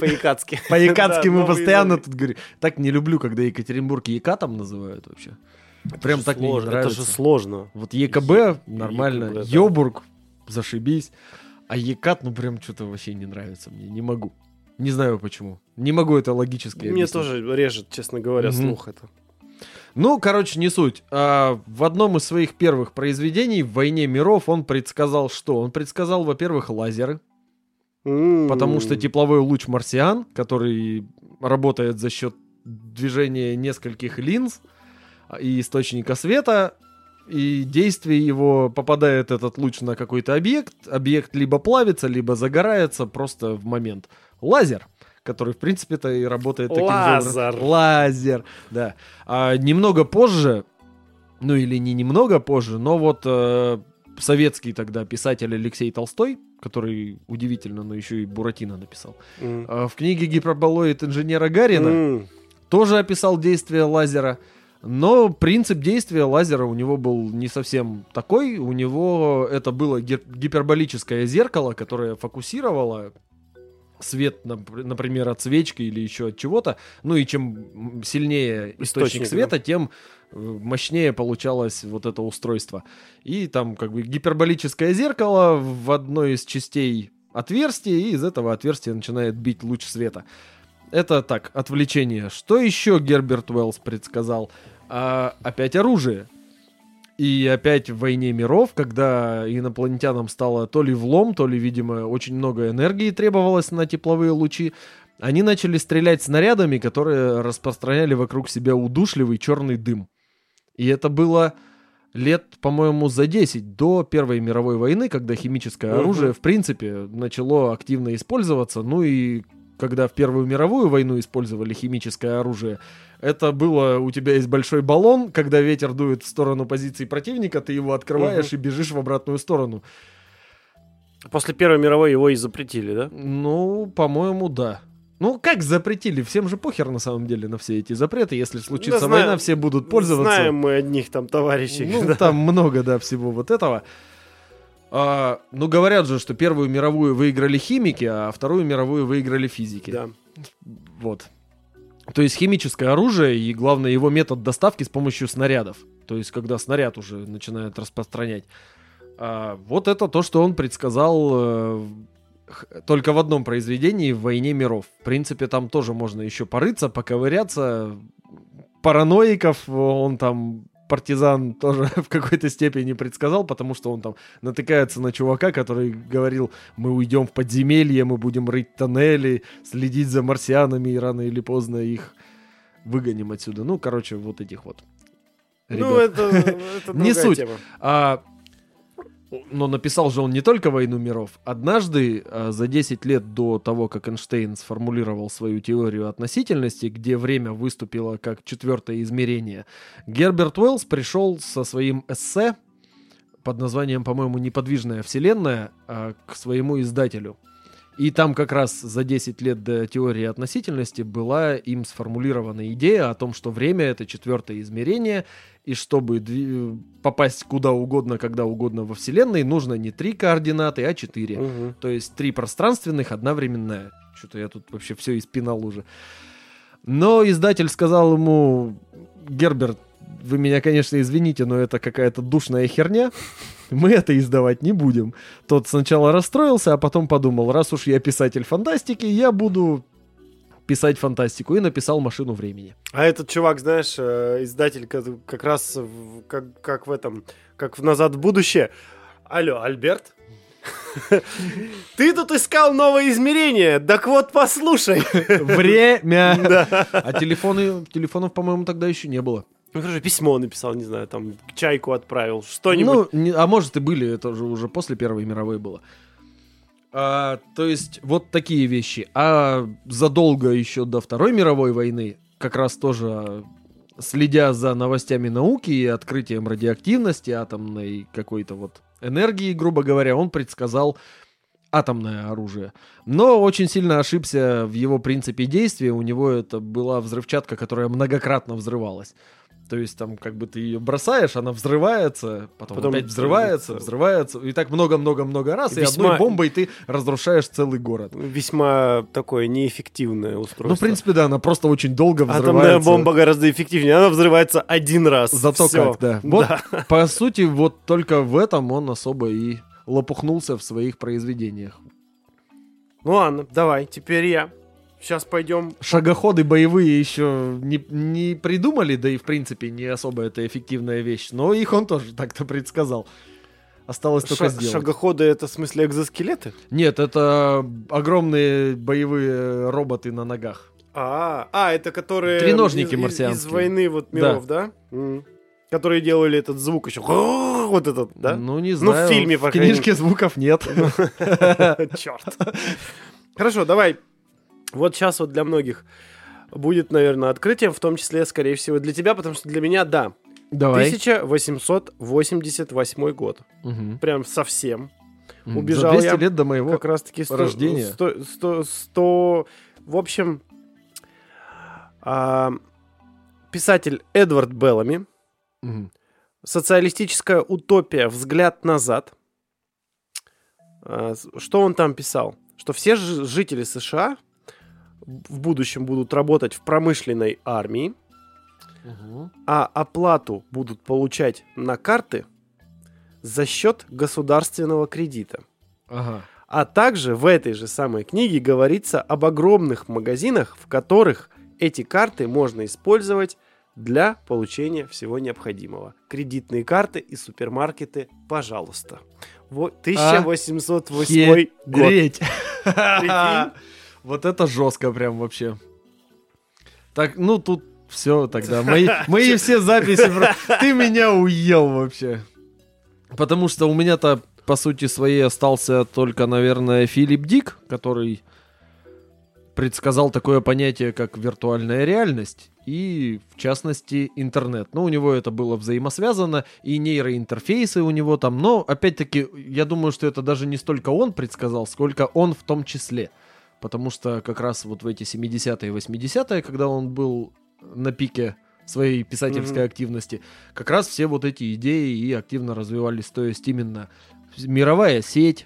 По-якутски. По-якатски Да, мы новый постоянно язык. тут говорим. Так не люблю, когда Екатеринбург якатом называют вообще. Прям так мне не нравится. Это же сложно. Вот ЕКБ нормально, ЕКБ, да. Йобург зашибись, а ЕКАТ, ну прям что-то вообще не нравится мне, не могу. Не знаю почему. Не могу это логически Мне объяснить. тоже режет, честно говоря, слух это. Ну, короче, не суть. В одном из своих первых произведений в «Войне миров» он предсказал что? Он предсказал, во-первых, лазеры, потому что тепловой луч марсиан, который работает за счет движения нескольких линз и источника света, и действие его, попадает этот луч на какой-то объект либо плавится, либо загорается просто в момент. Лазер, который, в принципе-то, и работает таким же образом. Лазер, да. Немного позже, ну или не немного позже, но вот советский тогда писатель Алексей Толстой, который удивительно, но еще и Буратино написал, в книге «Гиперболоид инженера Гарина» тоже описал действие лазера. Но принцип действия лазера у него был не совсем такой. У него это было гиперболическое зеркало, которое фокусировало свет, например, от свечки или еще от чего-то. Ну и чем сильнее источник света, тем мощнее получалось вот это устройство. И там как бы гиперболическое зеркало в одной из частей отверстия, и из этого отверстия начинает бить луч света. Это так, отвлечение. Что еще Герберт Уэллс предсказал? Опять оружие. И опять в «Войне миров», когда инопланетянам стало то ли влом, то ли, видимо, очень много энергии требовалось на тепловые лучи, они начали стрелять снарядами, которые распространяли вокруг себя удушливый черный дым. И это было лет, по-моему, за 10 до Первой мировой войны, когда химическое оружие, в принципе, начало активно использоваться. Ну и когда в Первую мировую войну использовали химическое оружие, это было, у тебя есть большой баллон, когда ветер дует в сторону позиции противника, ты его открываешь и бежишь в обратную сторону. После Первой мировой его и запретили, да? Ну, по-моему, да. Ну, как запретили? Всем же похер на самом деле на все эти запреты. Если случится война, все будут пользоваться. Знаем мы одних там товарищей. Ну, да. Там много, да, всего вот этого. Ну, говорят же, что Первую мировую выиграли химики, а Вторую мировую выиграли физики. Да. Вот. То есть химическое оружие и, главное, его метод доставки с помощью снарядов. То есть, когда снаряд уже начинает распространять. Вот это то, что он предсказал только в одном произведении в «Войне миров». В принципе, там тоже можно еще порыться, поковыряться. Параноиков он там... партизан тоже в какой-то степени предсказал, потому что он там натыкается на чувака, который говорил: мы уйдем в подземелье, мы будем рыть тоннели, следить за марсианами, и рано или поздно их выгоним отсюда. Ну, короче, вот этих вот ребят. Ну, это не суть. Тема. Но написал же он не только «Войну миров». Однажды, за 10 лет до того, как Эйнштейн сформулировал свою теорию относительности, где время выступило как четвертое измерение, Герберт Уэллс пришел со своим эссе под названием, по-моему, «Неподвижная вселенная» к своему издателю. И там как раз за 10 лет до теории относительности была им сформулирована идея о том, что время — это четвертое измерение, и чтобы попасть куда угодно, когда угодно во Вселенной, нужно не 3 координаты, а 4. То есть 3 пространственных, 1 временная. Что-то я тут вообще все испинал уже. Но издатель сказал ему: Герберт, вы меня, конечно, извините, но это какая-то душная херня. Мы это издавать не будем. Тот сначала расстроился, а потом подумал: раз уж я писатель фантастики, я буду писать фантастику. И написал «Машину времени». А этот чувак, знаешь, издатель как раз как в этом, как в «Назад в будущее». Алло, Альберт? Ты тут искал новое измерение. Так вот, послушай. Время. А телефонов, по-моему, тогда еще не было. Ну, хорошо, письмо написал, не знаю, там, чайку отправил, что-нибудь. Ну, а может и были, это же уже после Первой мировой было. То есть, вот такие вещи. А задолго еще до Второй мировой войны, как раз тоже следя за новостями науки и открытием радиоактивности, атомной какой-то вот энергии, грубо говоря, он предсказал атомное оружие. Но очень сильно ошибся в его принципе действия. У него это была взрывчатка, которая многократно взрывалась. То есть там как бы ты ее бросаешь, она взрывается, потом опять взрывается, и так много-много-много раз, и одной бомбой ты разрушаешь целый город. Весьма такое неэффективное устройство. Ну, в принципе, да, она просто очень долго взрывается. Атомная бомба гораздо эффективнее, она взрывается один раз. Зато Всё. как, да. Вот, по сути, вот только в этом он особо и лопухнулся в своих произведениях. Ну ладно, давай, теперь я. Сейчас пойдем. Шагоходы боевые еще не придумали, да и в принципе не особо это эффективная вещь, но их он тоже так-то предсказал. Осталось только сделать. Шагоходы — это в смысле экзоскелеты? Нет, это огромные боевые роботы на ногах. Это которые... Треножники марсианские. Из «Войны вот миров», да? Которые делали этот звук еще. Вот этот, да? Ну, не знаю. Ну, в фильме, в книжке звуков нет. Черт. Хорошо, давай. Вот сейчас вот для многих будет, наверное, открытием, в том числе, скорее всего, для тебя, потому что для меня, да. Давай. 1888 год. Угу. Прям совсем. Убежал за 200 я лет до моего как раз-таки рождения. 100. В общем, писатель Эдвард Беллами. Угу. Социалистическая утопия «Взгляд назад». Что он там писал? Что все жители США в будущем будут работать в промышленной армии, а оплату будут получать на карты за счет государственного кредита. Ага. А также в этой же самой книге говорится об огромных магазинах, в которых эти карты можно использовать для получения всего необходимого. Кредитные карты и супермаркеты, пожалуйста. Вот 1808 год. Прикинь? Вот это жестко прям вообще. Так, ну тут все тогда. Мои все записи. Ты меня уел вообще. Потому что у меня-то, по сути своей, остался только, наверное, Филипп Дик, который предсказал такое понятие, как виртуальная реальность и, в частности, интернет. Ну, у него это было взаимосвязано, и нейроинтерфейсы у него там. Но, опять-таки, я думаю, что это даже не столько он предсказал, сколько он в том числе. Потому что как раз вот в эти 70-е и 80-е, когда он был на пике своей писательской активности, как раз все вот эти идеи и активно развивались. То есть именно мировая сеть,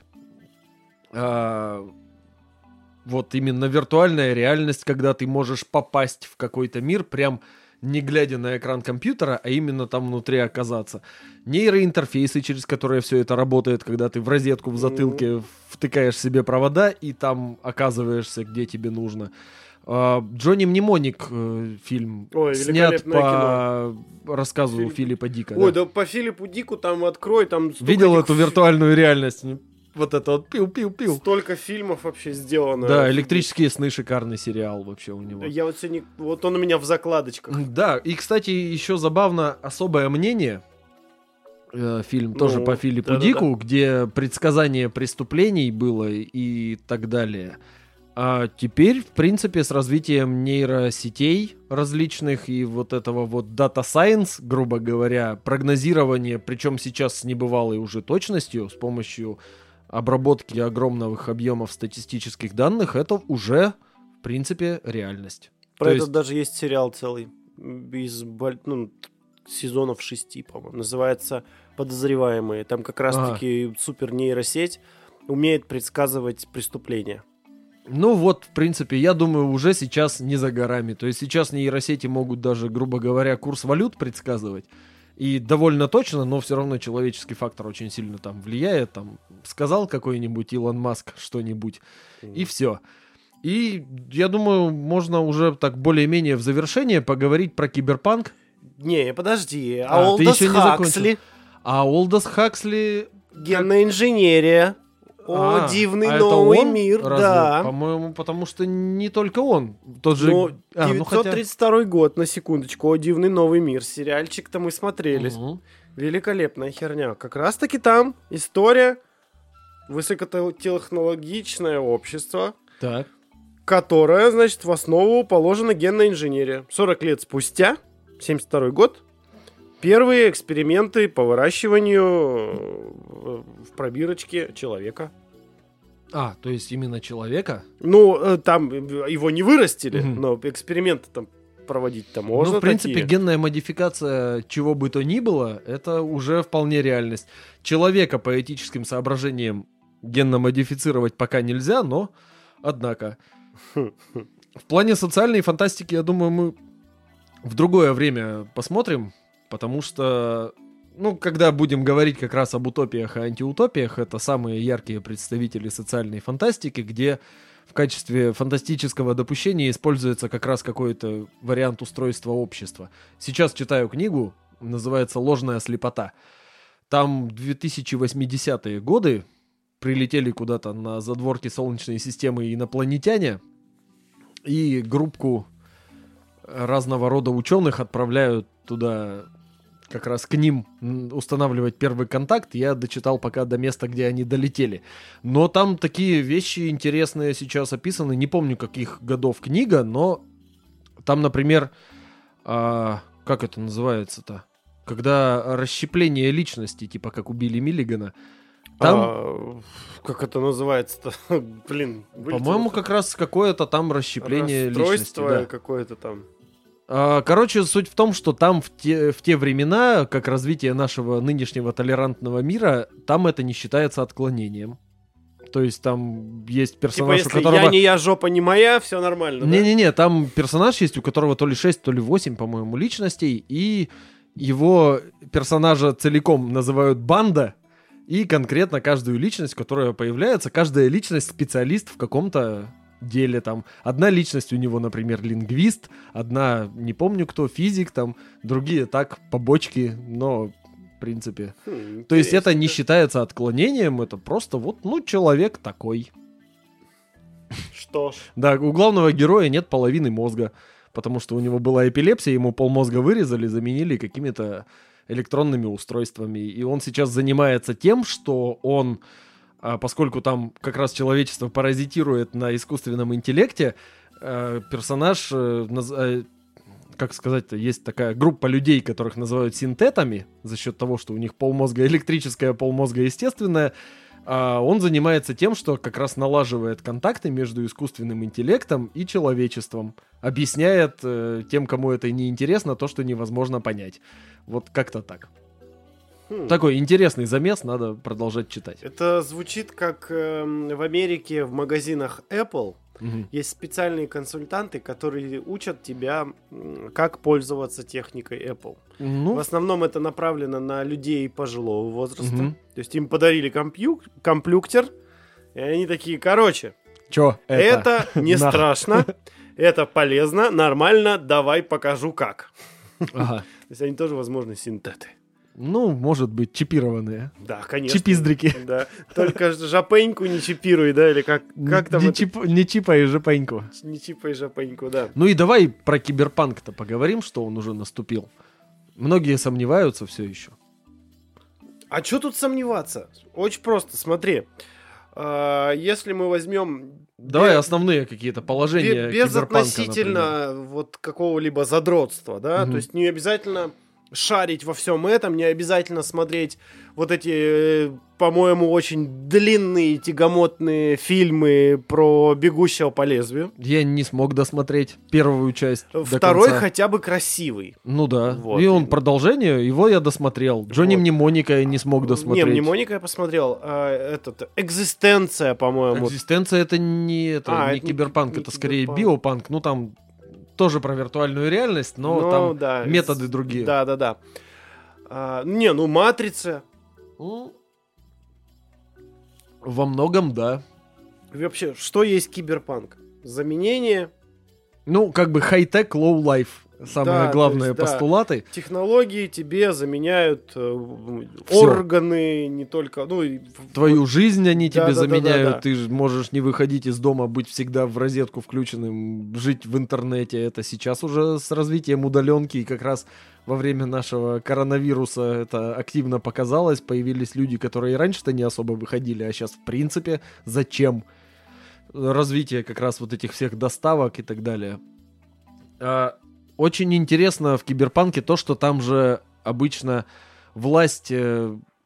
вот именно виртуальная реальность, когда ты можешь попасть в какой-то мир, прям не глядя на экран компьютера, а именно там внутри оказаться. Нейроинтерфейсы, через которые все это работает, когда ты в розетку в затылке втыкаешь себе провода и там оказываешься, где тебе нужно. Джонни Мнемоник фильм снят по рассказу Филиппа Дика. Ой, да по Филиппу Дику там открой, там... Видел эту виртуальную реальность? Вот это вот пил-пил-пил. Столько фильмов вообще сделано. Да, «Электрические сны» — шикарный сериал вообще у него. Я вот сегодня... Вот он у меня в закладочках. Да, и, кстати, еще забавно «Особое мнение». Фильм тоже по Филиппу Дику, где предсказание преступлений было и так далее. А теперь, в принципе, с развитием нейросетей различных и вот этого вот Data Science, грубо говоря, прогнозирование, причем сейчас с небывалой уже точностью, с помощью обработки огромных объемов статистических данных, это уже, в принципе, реальность. Про это даже есть сериал целый, из сезонов 6, по-моему, называется «Подозреваемые». Там как раз-таки супер нейросеть умеет предсказывать преступления. Ну вот, в принципе, я думаю, уже сейчас не за горами. То есть сейчас нейросети могут даже, грубо говоря, курс валют предсказывать. И довольно точно, но все равно человеческий фактор очень сильно там влияет. Там сказал какой-нибудь Илон Маск что-нибудь, и все. И я думаю, можно уже так более-менее в завершение поговорить про киберпанк. Не, подожди. Олдос Хаксли. Олдос Хаксли... Генная инженерия. О, дивный новый мир, разве? Да. По-моему, потому что не только он. Тот же... 932 год, на секундочку. О, дивный новый мир. Сериальчик-то мы смотрели. Великолепная херня. Как раз-таки там история, высокотехнологичное общество, так. которое, значит, в основу положена генная инженерия. 40 лет спустя, 72 год, первые эксперименты по выращиванию в пробирочке человека. То есть именно человека? Ну, там его не вырастили, но эксперименты там проводить-то можно. Ну, в принципе, такие. генная модификация чего бы то ни было, это уже вполне реальность. Человека по этическим соображениям генно модифицировать пока нельзя, но, однако, в плане социальной фантастики, я думаю, мы в другое время посмотрим, потому что, ну, когда будем говорить как раз об утопиях и антиутопиях, это самые яркие представители социальной фантастики, где в качестве фантастического допущения используется как раз какой-то вариант устройства общества. Сейчас читаю книгу, называется «Ложная слепота». Там 2080-е годы прилетели куда-то на задворки Солнечной системы инопланетяне, и группку разного рода ученых отправляют туда, как раз к ним устанавливать первый контакт. Я дочитал пока до места, где они долетели. Но там такие вещи интересные сейчас описаны. Не помню, каких годов книга, но там, например, как это называется-то? Когда расщепление личности, типа как убили Миллигана. Там, как это называется-то? Блин. по-моему, как раз какое-то там расщепление личности. Расстройство Да. какое-то там. Короче, суть в том, что там в те времена, как развитие нашего нынешнего толерантного мира, там это не считается отклонением. То есть там есть персонаж, Типа, у если которого... я не я, жопа не моя, все нормально, да? Не-не-не, там персонаж есть, у которого то ли 6, то ли 8, по-моему, личностей, и его персонажа целиком называют банда, и конкретно каждую личность, которая появляется, каждая личность специалист в каком-то деле. Там одна личность у него, например, лингвист, одна, не помню кто, физик, там другие так, побочки, но в принципе. То есть это не считается отклонением, это просто вот, ну, человек такой. Что ж. Да, у главного героя нет половины мозга, потому что у него была эпилепсия, ему полмозга вырезали, заменили какими-то электронными устройствами. И он сейчас занимается тем, что он, поскольку там как раз человечество паразитирует на искусственном интеллекте, персонаж, как сказать-то, есть такая группа людей, которых называют синтетами, за счет того, что у них полмозга электрическое, полмозга естественное. Он занимается тем, что как раз налаживает контакты между искусственным интеллектом и человечеством. Объясняет тем, кому это не интересно, то, что невозможно понять. Вот как-то так. Такой интересный замес, надо продолжать читать. Это звучит как в Америке в магазинах Apple. Есть специальные консультанты, которые учат тебя, как пользоваться техникой Apple. В основном это направлено на людей пожилого возраста. То есть им подарили компьютер, и они такие, короче, чё это не страшно, это полезно, нормально, давай покажу как. Ага. То есть они тоже, возможно, синтеты. Ну, может быть, чипированные. Да, конечно. Чипиздрики. Да. Только жопеньку не чипируй, да, или как там не, это? Не чипай жопеньку. Не чипай жопеньку, да. Ну и давай про киберпанк-то поговорим, что он уже наступил. Многие сомневаются все еще. А что тут сомневаться? Очень просто, смотри. Если мы возьмем... Давай основные какие-то положения безотносительно киберпанка, вот какого-либо задротства, да? То есть не обязательно шарить во всем этом, не обязательно смотреть вот эти, по-моему, очень длинные, тягомотные фильмы про бегущего по лезвию. Я не смог досмотреть первую часть. Второй хотя бы красивый. Ну да. Вот. И он продолжение, его я досмотрел. Джонни Мнемоника я не смог досмотреть. Не, Мнемоника я посмотрел. Экзистенция, по-моему. Экзистенция это не киберпанк, это скорее биопанк. Ну там тоже про виртуальную реальность, но там да, методы другие. Да. Матрица. Во многом, да. Вообще, что есть киберпанк? Заменение. Ну, как бы хай-тек, low-life. Самые главные постулаты. Да. Технологии тебе заменяют органы, не только... Твою жизнь они тебе заменяют. Да. Ты можешь не выходить из дома, быть всегда в розетку включенным, жить в интернете. Это сейчас уже с развитием удаленки. И как раз во время нашего коронавируса это активно показалось. Появились люди, которые и раньше-то не особо выходили, а сейчас в принципе зачем? Развитие как раз вот этих всех доставок и так далее. Очень интересно в киберпанке то, что там же обычно власть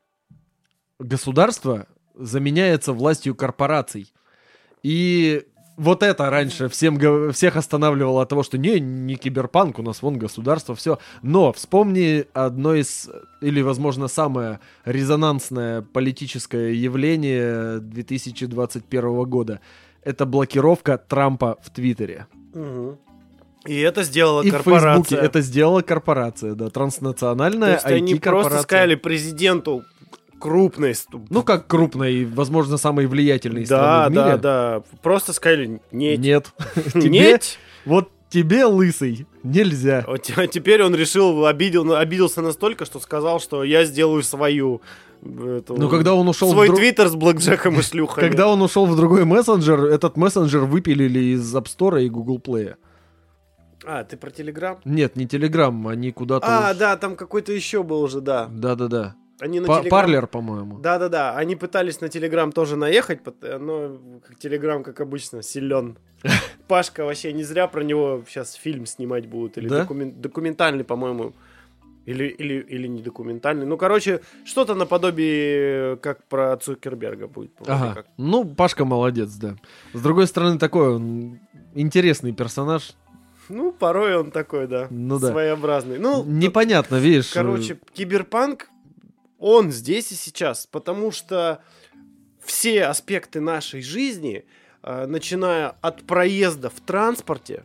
государства заменяется властью корпораций. И вот это раньше всех останавливало от того, что не киберпанк, у нас вон государство, все. Но вспомни одно из, или, возможно, самое резонансное политическое явление 2021 года. Это блокировка Трампа в Твиттере. Угу. И это сделала и корпорация. И в Фейсбуке это сделала корпорация, да, транснациональная IT-корпорация. То есть они просто сказали президенту крупной... Ну, как крупной, возможно, самой влиятельной страны в мире. Да. Просто сказали нет. Нет. Нет. Вот тебе, лысый, нельзя. А теперь он решил, обиделся настолько, что сказал, что я сделаю свою... когда он ушел свой твиттер с блэкджеком и шлюхами. Когда он ушел в другой мессенджер, этот мессенджер выпилили из App Store и Google Play. А, ты про Telegram? Нет, не Telegram, они куда-то... Да, там какой-то еще был уже, да. Да. Они на Telegram... Парлер, по-моему. Да. Они пытались на Telegram тоже наехать, но Telegram, как обычно, силен. Пашка вообще не зря про него сейчас фильм снимать будут. Или документальный, по-моему. Или не документальный. Ну, короче, что-то наподобие, как про Цукерберга будет. Ага. Как. Ну, Пашка молодец, да. С другой стороны, такой он интересный персонаж. Ну, порой он такой, да. Ну, да. Своеобразный. Ну, непонятно, видишь. Короче, киберпанк, он здесь и сейчас. Потому что все аспекты нашей жизни, начиная от проезда в транспорте,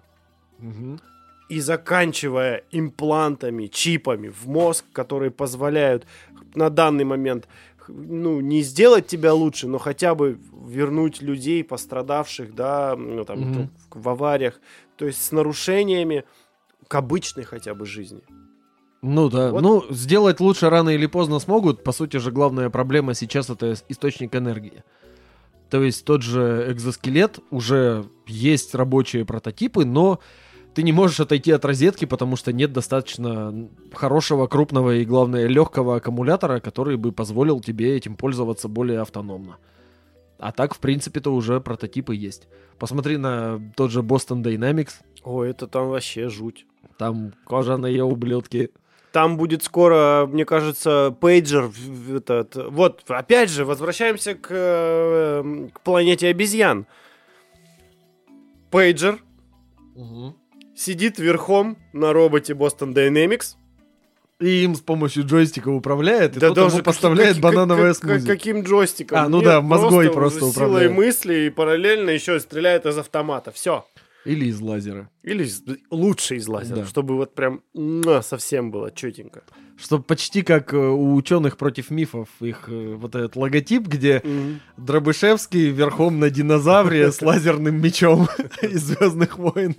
и заканчивая имплантами, чипами в мозг, которые позволяют на данный момент, ну, не сделать тебя лучше, но хотя бы вернуть людей, пострадавших, да, ну, там, в авариях, то есть с нарушениями к обычной хотя бы жизни. Ну да, вот. Ну, сделать лучше рано или поздно смогут. По сути же, главная проблема сейчас — это источник энергии. То есть тот же экзоскелет, уже есть рабочие прототипы, но ты не можешь отойти от розетки, потому что нет достаточно хорошего, крупного и, главное, легкого аккумулятора, который бы позволил тебе этим пользоваться более автономно. А так, в принципе-то, уже прототипы есть. Посмотри на тот же Boston Dynamics. Ой, это там вообще жуть. Там кожаные ублюдки. Там будет скоро, мне кажется, пейджер. Вот, опять же, возвращаемся к планете обезьян. Пейджер. Сидит верхом на роботе Boston Dynamics. И им с помощью джойстика управляет, и тот ему поставляет банановое смузи. Каким джойстиком? Ну да, мозгой просто управляет. Силой мысли и параллельно еще стреляет из автомата. Все. Или из лазера. Или лучше из лазера, да. Чтобы вот прям совсем было четенько. Чтобы почти как у ученых против мифов их вот этот логотип, где Дробышевский верхом на динозавре с лазерным мечом из «Звездных войн».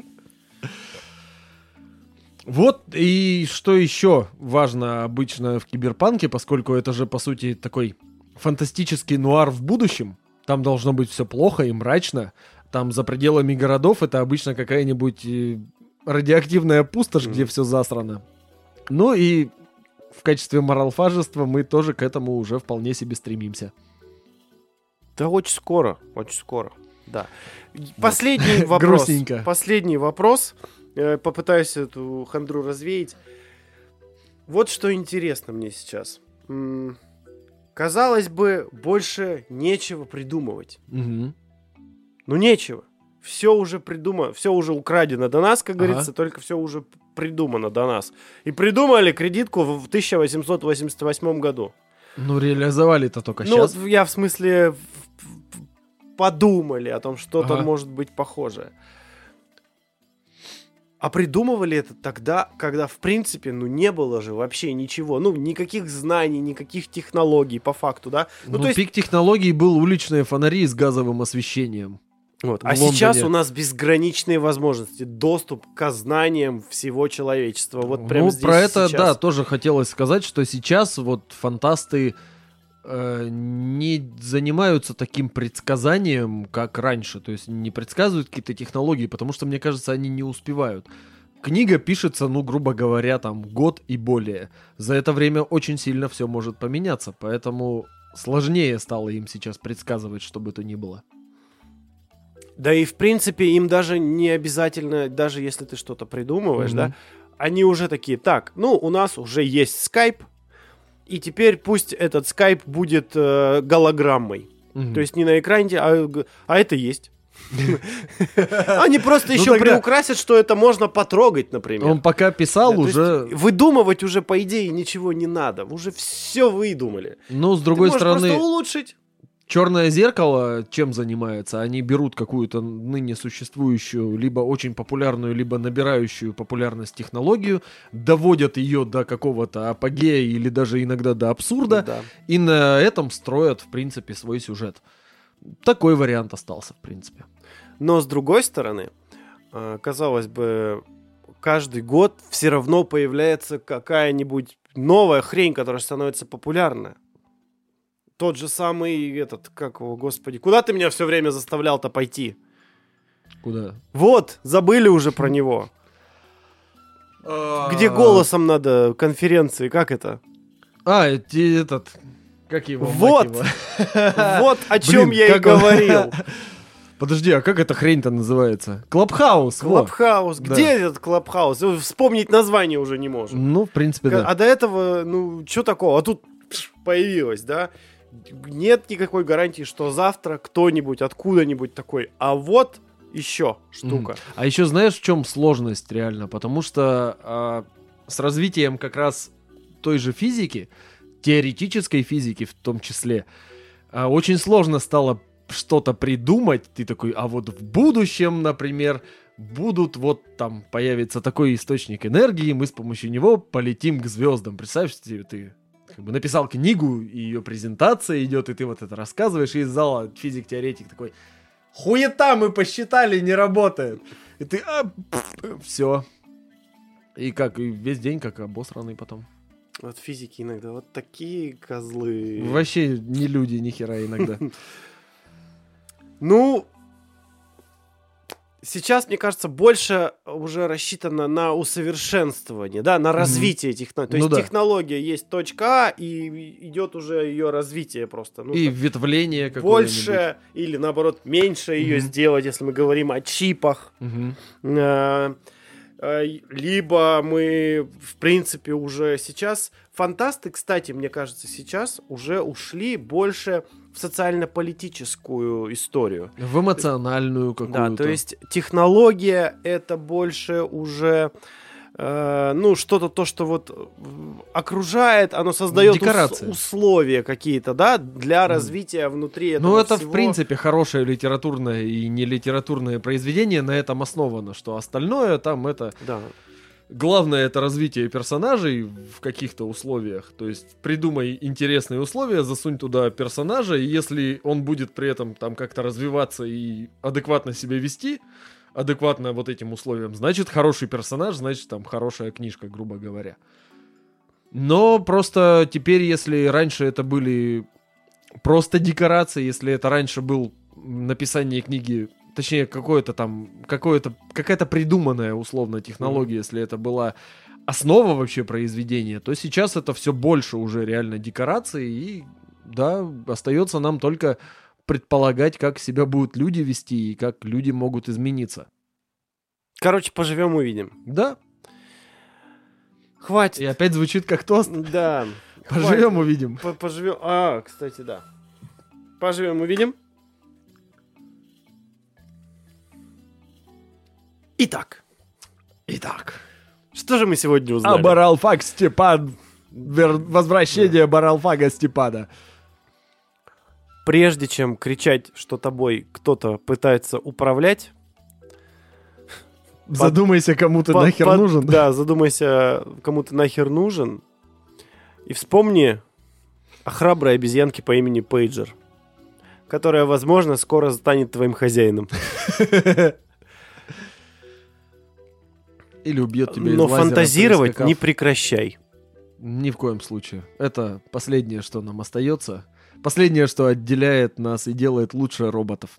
Вот, и что еще важно обычно в киберпанке, поскольку это же, по сути, такой фантастический нуар в будущем. Там должно быть все плохо и мрачно. Там за пределами городов это обычно какая-нибудь радиоактивная пустошь, где все засрано. Ну и в качестве моралфажества мы тоже к этому уже вполне себе стремимся. Да очень скоро, да. Последний вопрос. Грустненько. Последний вопрос. Попытаюсь эту хандру развеять. Вот что интересно мне сейчас. Казалось бы, больше нечего придумывать. Ну нечего. Все уже придумано, все уже украдено до нас, как говорится, только все уже придумано до нас. И придумали кредитку в 1888 году. Ну, реализовали-то только сейчас. Ну, я в смысле подумали о том, что там может быть похожее. А придумывали это тогда, когда, в принципе, не было же вообще ничего. Ну, никаких знаний, никаких технологий, по факту, да? Ну, то есть... пик технологий был уличные фонари с газовым освещением. Вот. А сейчас у нас безграничные возможности, доступ к знаниям всего человечества. Вот прямо здесь про это, сейчас. Да, тоже хотелось сказать, что сейчас вот фантасты не занимаются таким предсказанием, как раньше. То есть не предсказывают какие-то технологии, потому что, мне кажется, они не успевают. Книга пишется, грубо говоря, там год и более. За это время очень сильно все может поменяться, поэтому сложнее стало им сейчас предсказывать, что бы то ни было. Да и, в принципе, им даже не обязательно, даже если ты что-то придумываешь, да, они уже такие, так, у нас уже есть Skype, и теперь пусть этот Skype будет голограммой. То есть не на экране, а это есть. Они просто еще приукрасят, что это можно потрогать, например. Он пока писал уже... Выдумывать уже, по идее, ничего не надо. Уже все выдумали. Ну, с другой стороны... просто улучшить. Черное зеркало чем занимается? Они берут какую-то ныне существующую, либо очень популярную, либо набирающую популярность технологию, доводят ее до какого-то апогея или даже иногда до абсурда, и на этом строят, в принципе, свой сюжет. Такой вариант остался, в принципе. Но, с другой стороны, казалось бы, каждый год все равно появляется какая-нибудь новая хрень, которая становится популярной. Тот же самый как его, господи, куда ты меня все время заставлял-то пойти? Куда? Вот, забыли уже про него. Где голосом надо конференции, как это? Как его? Вот, вот о чем я и говорил. Подожди, а как эта хрень-то называется? Клабхаус. Клабхаус. Где этот Клабхаус? Вспомнить название уже не можем. Ну, в принципе, да. А до этого, что такого? А тут появилось, да? Нет никакой гарантии, что завтра кто-нибудь откуда-нибудь такой. А вот еще штука. А еще знаешь, в чем сложность реально? Потому что с развитием как раз той же физики, теоретической физики в том числе, очень сложно стало что-то придумать. Ты такой, а вот в будущем, например, появится такой источник энергии, мы с помощью него полетим к звездам. Представь себе, ты написал книгу, и ее презентация идет, и ты вот это рассказываешь, и из зала физик-теоретик такой: хуета, мы посчитали, не работает. И ты, все. И весь день как обосранный потом. Вот физики иногда вот такие козлы. Вообще не люди, ни хера иногда. Ну, сейчас, мне кажется, больше уже рассчитано на усовершенствование, да, на развитие технологий. То есть технология есть точка А, и идет уже ее развитие просто. И ветвление какое-нибудь. Больше или, наоборот, меньше ее сделать, если мы говорим о чипах. Либо мы, в принципе, уже сейчас... Фантасты, кстати, мне кажется, сейчас уже ушли больше в социально-политическую историю. В эмоциональную какую-то. Да, то есть технология — это больше уже... что-то, то, что вот окружает, оно создает условия какие-то, да, для развития внутри этого Ну, это, всего. В принципе, хорошее литературное и нелитературное произведение на этом основано, что остальное там это... Да. Главное — это развитие персонажей в каких-то условиях. То есть придумай интересные условия, засунь туда персонажа, и если он будет при этом там как-то развиваться и адекватно себя вести, адекватно вот этим условиям, значит, хороший персонаж, значит, там хорошая книжка, грубо говоря. Но просто теперь, если раньше это были просто декорации, если это раньше был написание книги, точнее, какая-то придуманная условно технология, если это была основа вообще произведения, то сейчас это все больше уже реально декорации, и да, остается нам только предполагать, как себя будут люди вести и как люди могут измениться. Короче, поживем, увидим. Да. Хватит. И опять звучит как тост. Да. Поживем, увидим. Поживем. Кстати, да. Поживем, увидим. Итак. Что же мы сегодня узнали? Баралфаг Степан. Возвращение Баралфага Степана. Прежде чем кричать, что тобой кто-то пытается управлять, задумайся, кому ты нахер нужен. Да, задумайся, кому ты нахер нужен. И вспомни о храброй обезьянке по имени Пейджер, которая, возможно, скоро станет твоим хозяином. Или убьет тебя из Но лазера, фантазировать не прекращай. Ни в коем случае. Это последнее, что нам остается. Последнее, что отделяет нас и делает лучше роботов.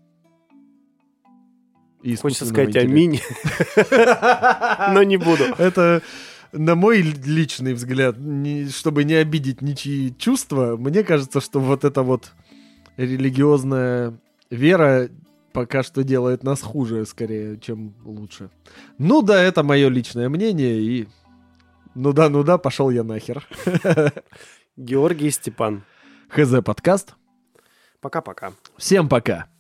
Хочется сказать аминь, но не буду. Это, на мой личный взгляд, чтобы не обидеть ничьи чувства, мне кажется, что вот эта вот религиозная вера пока что делает нас хуже, скорее, чем лучше. Ну да, это мое личное мнение, и ну да, пошел я нахер. Георгий Степан. ХЗ подкаст. Пока-пока. Всем пока.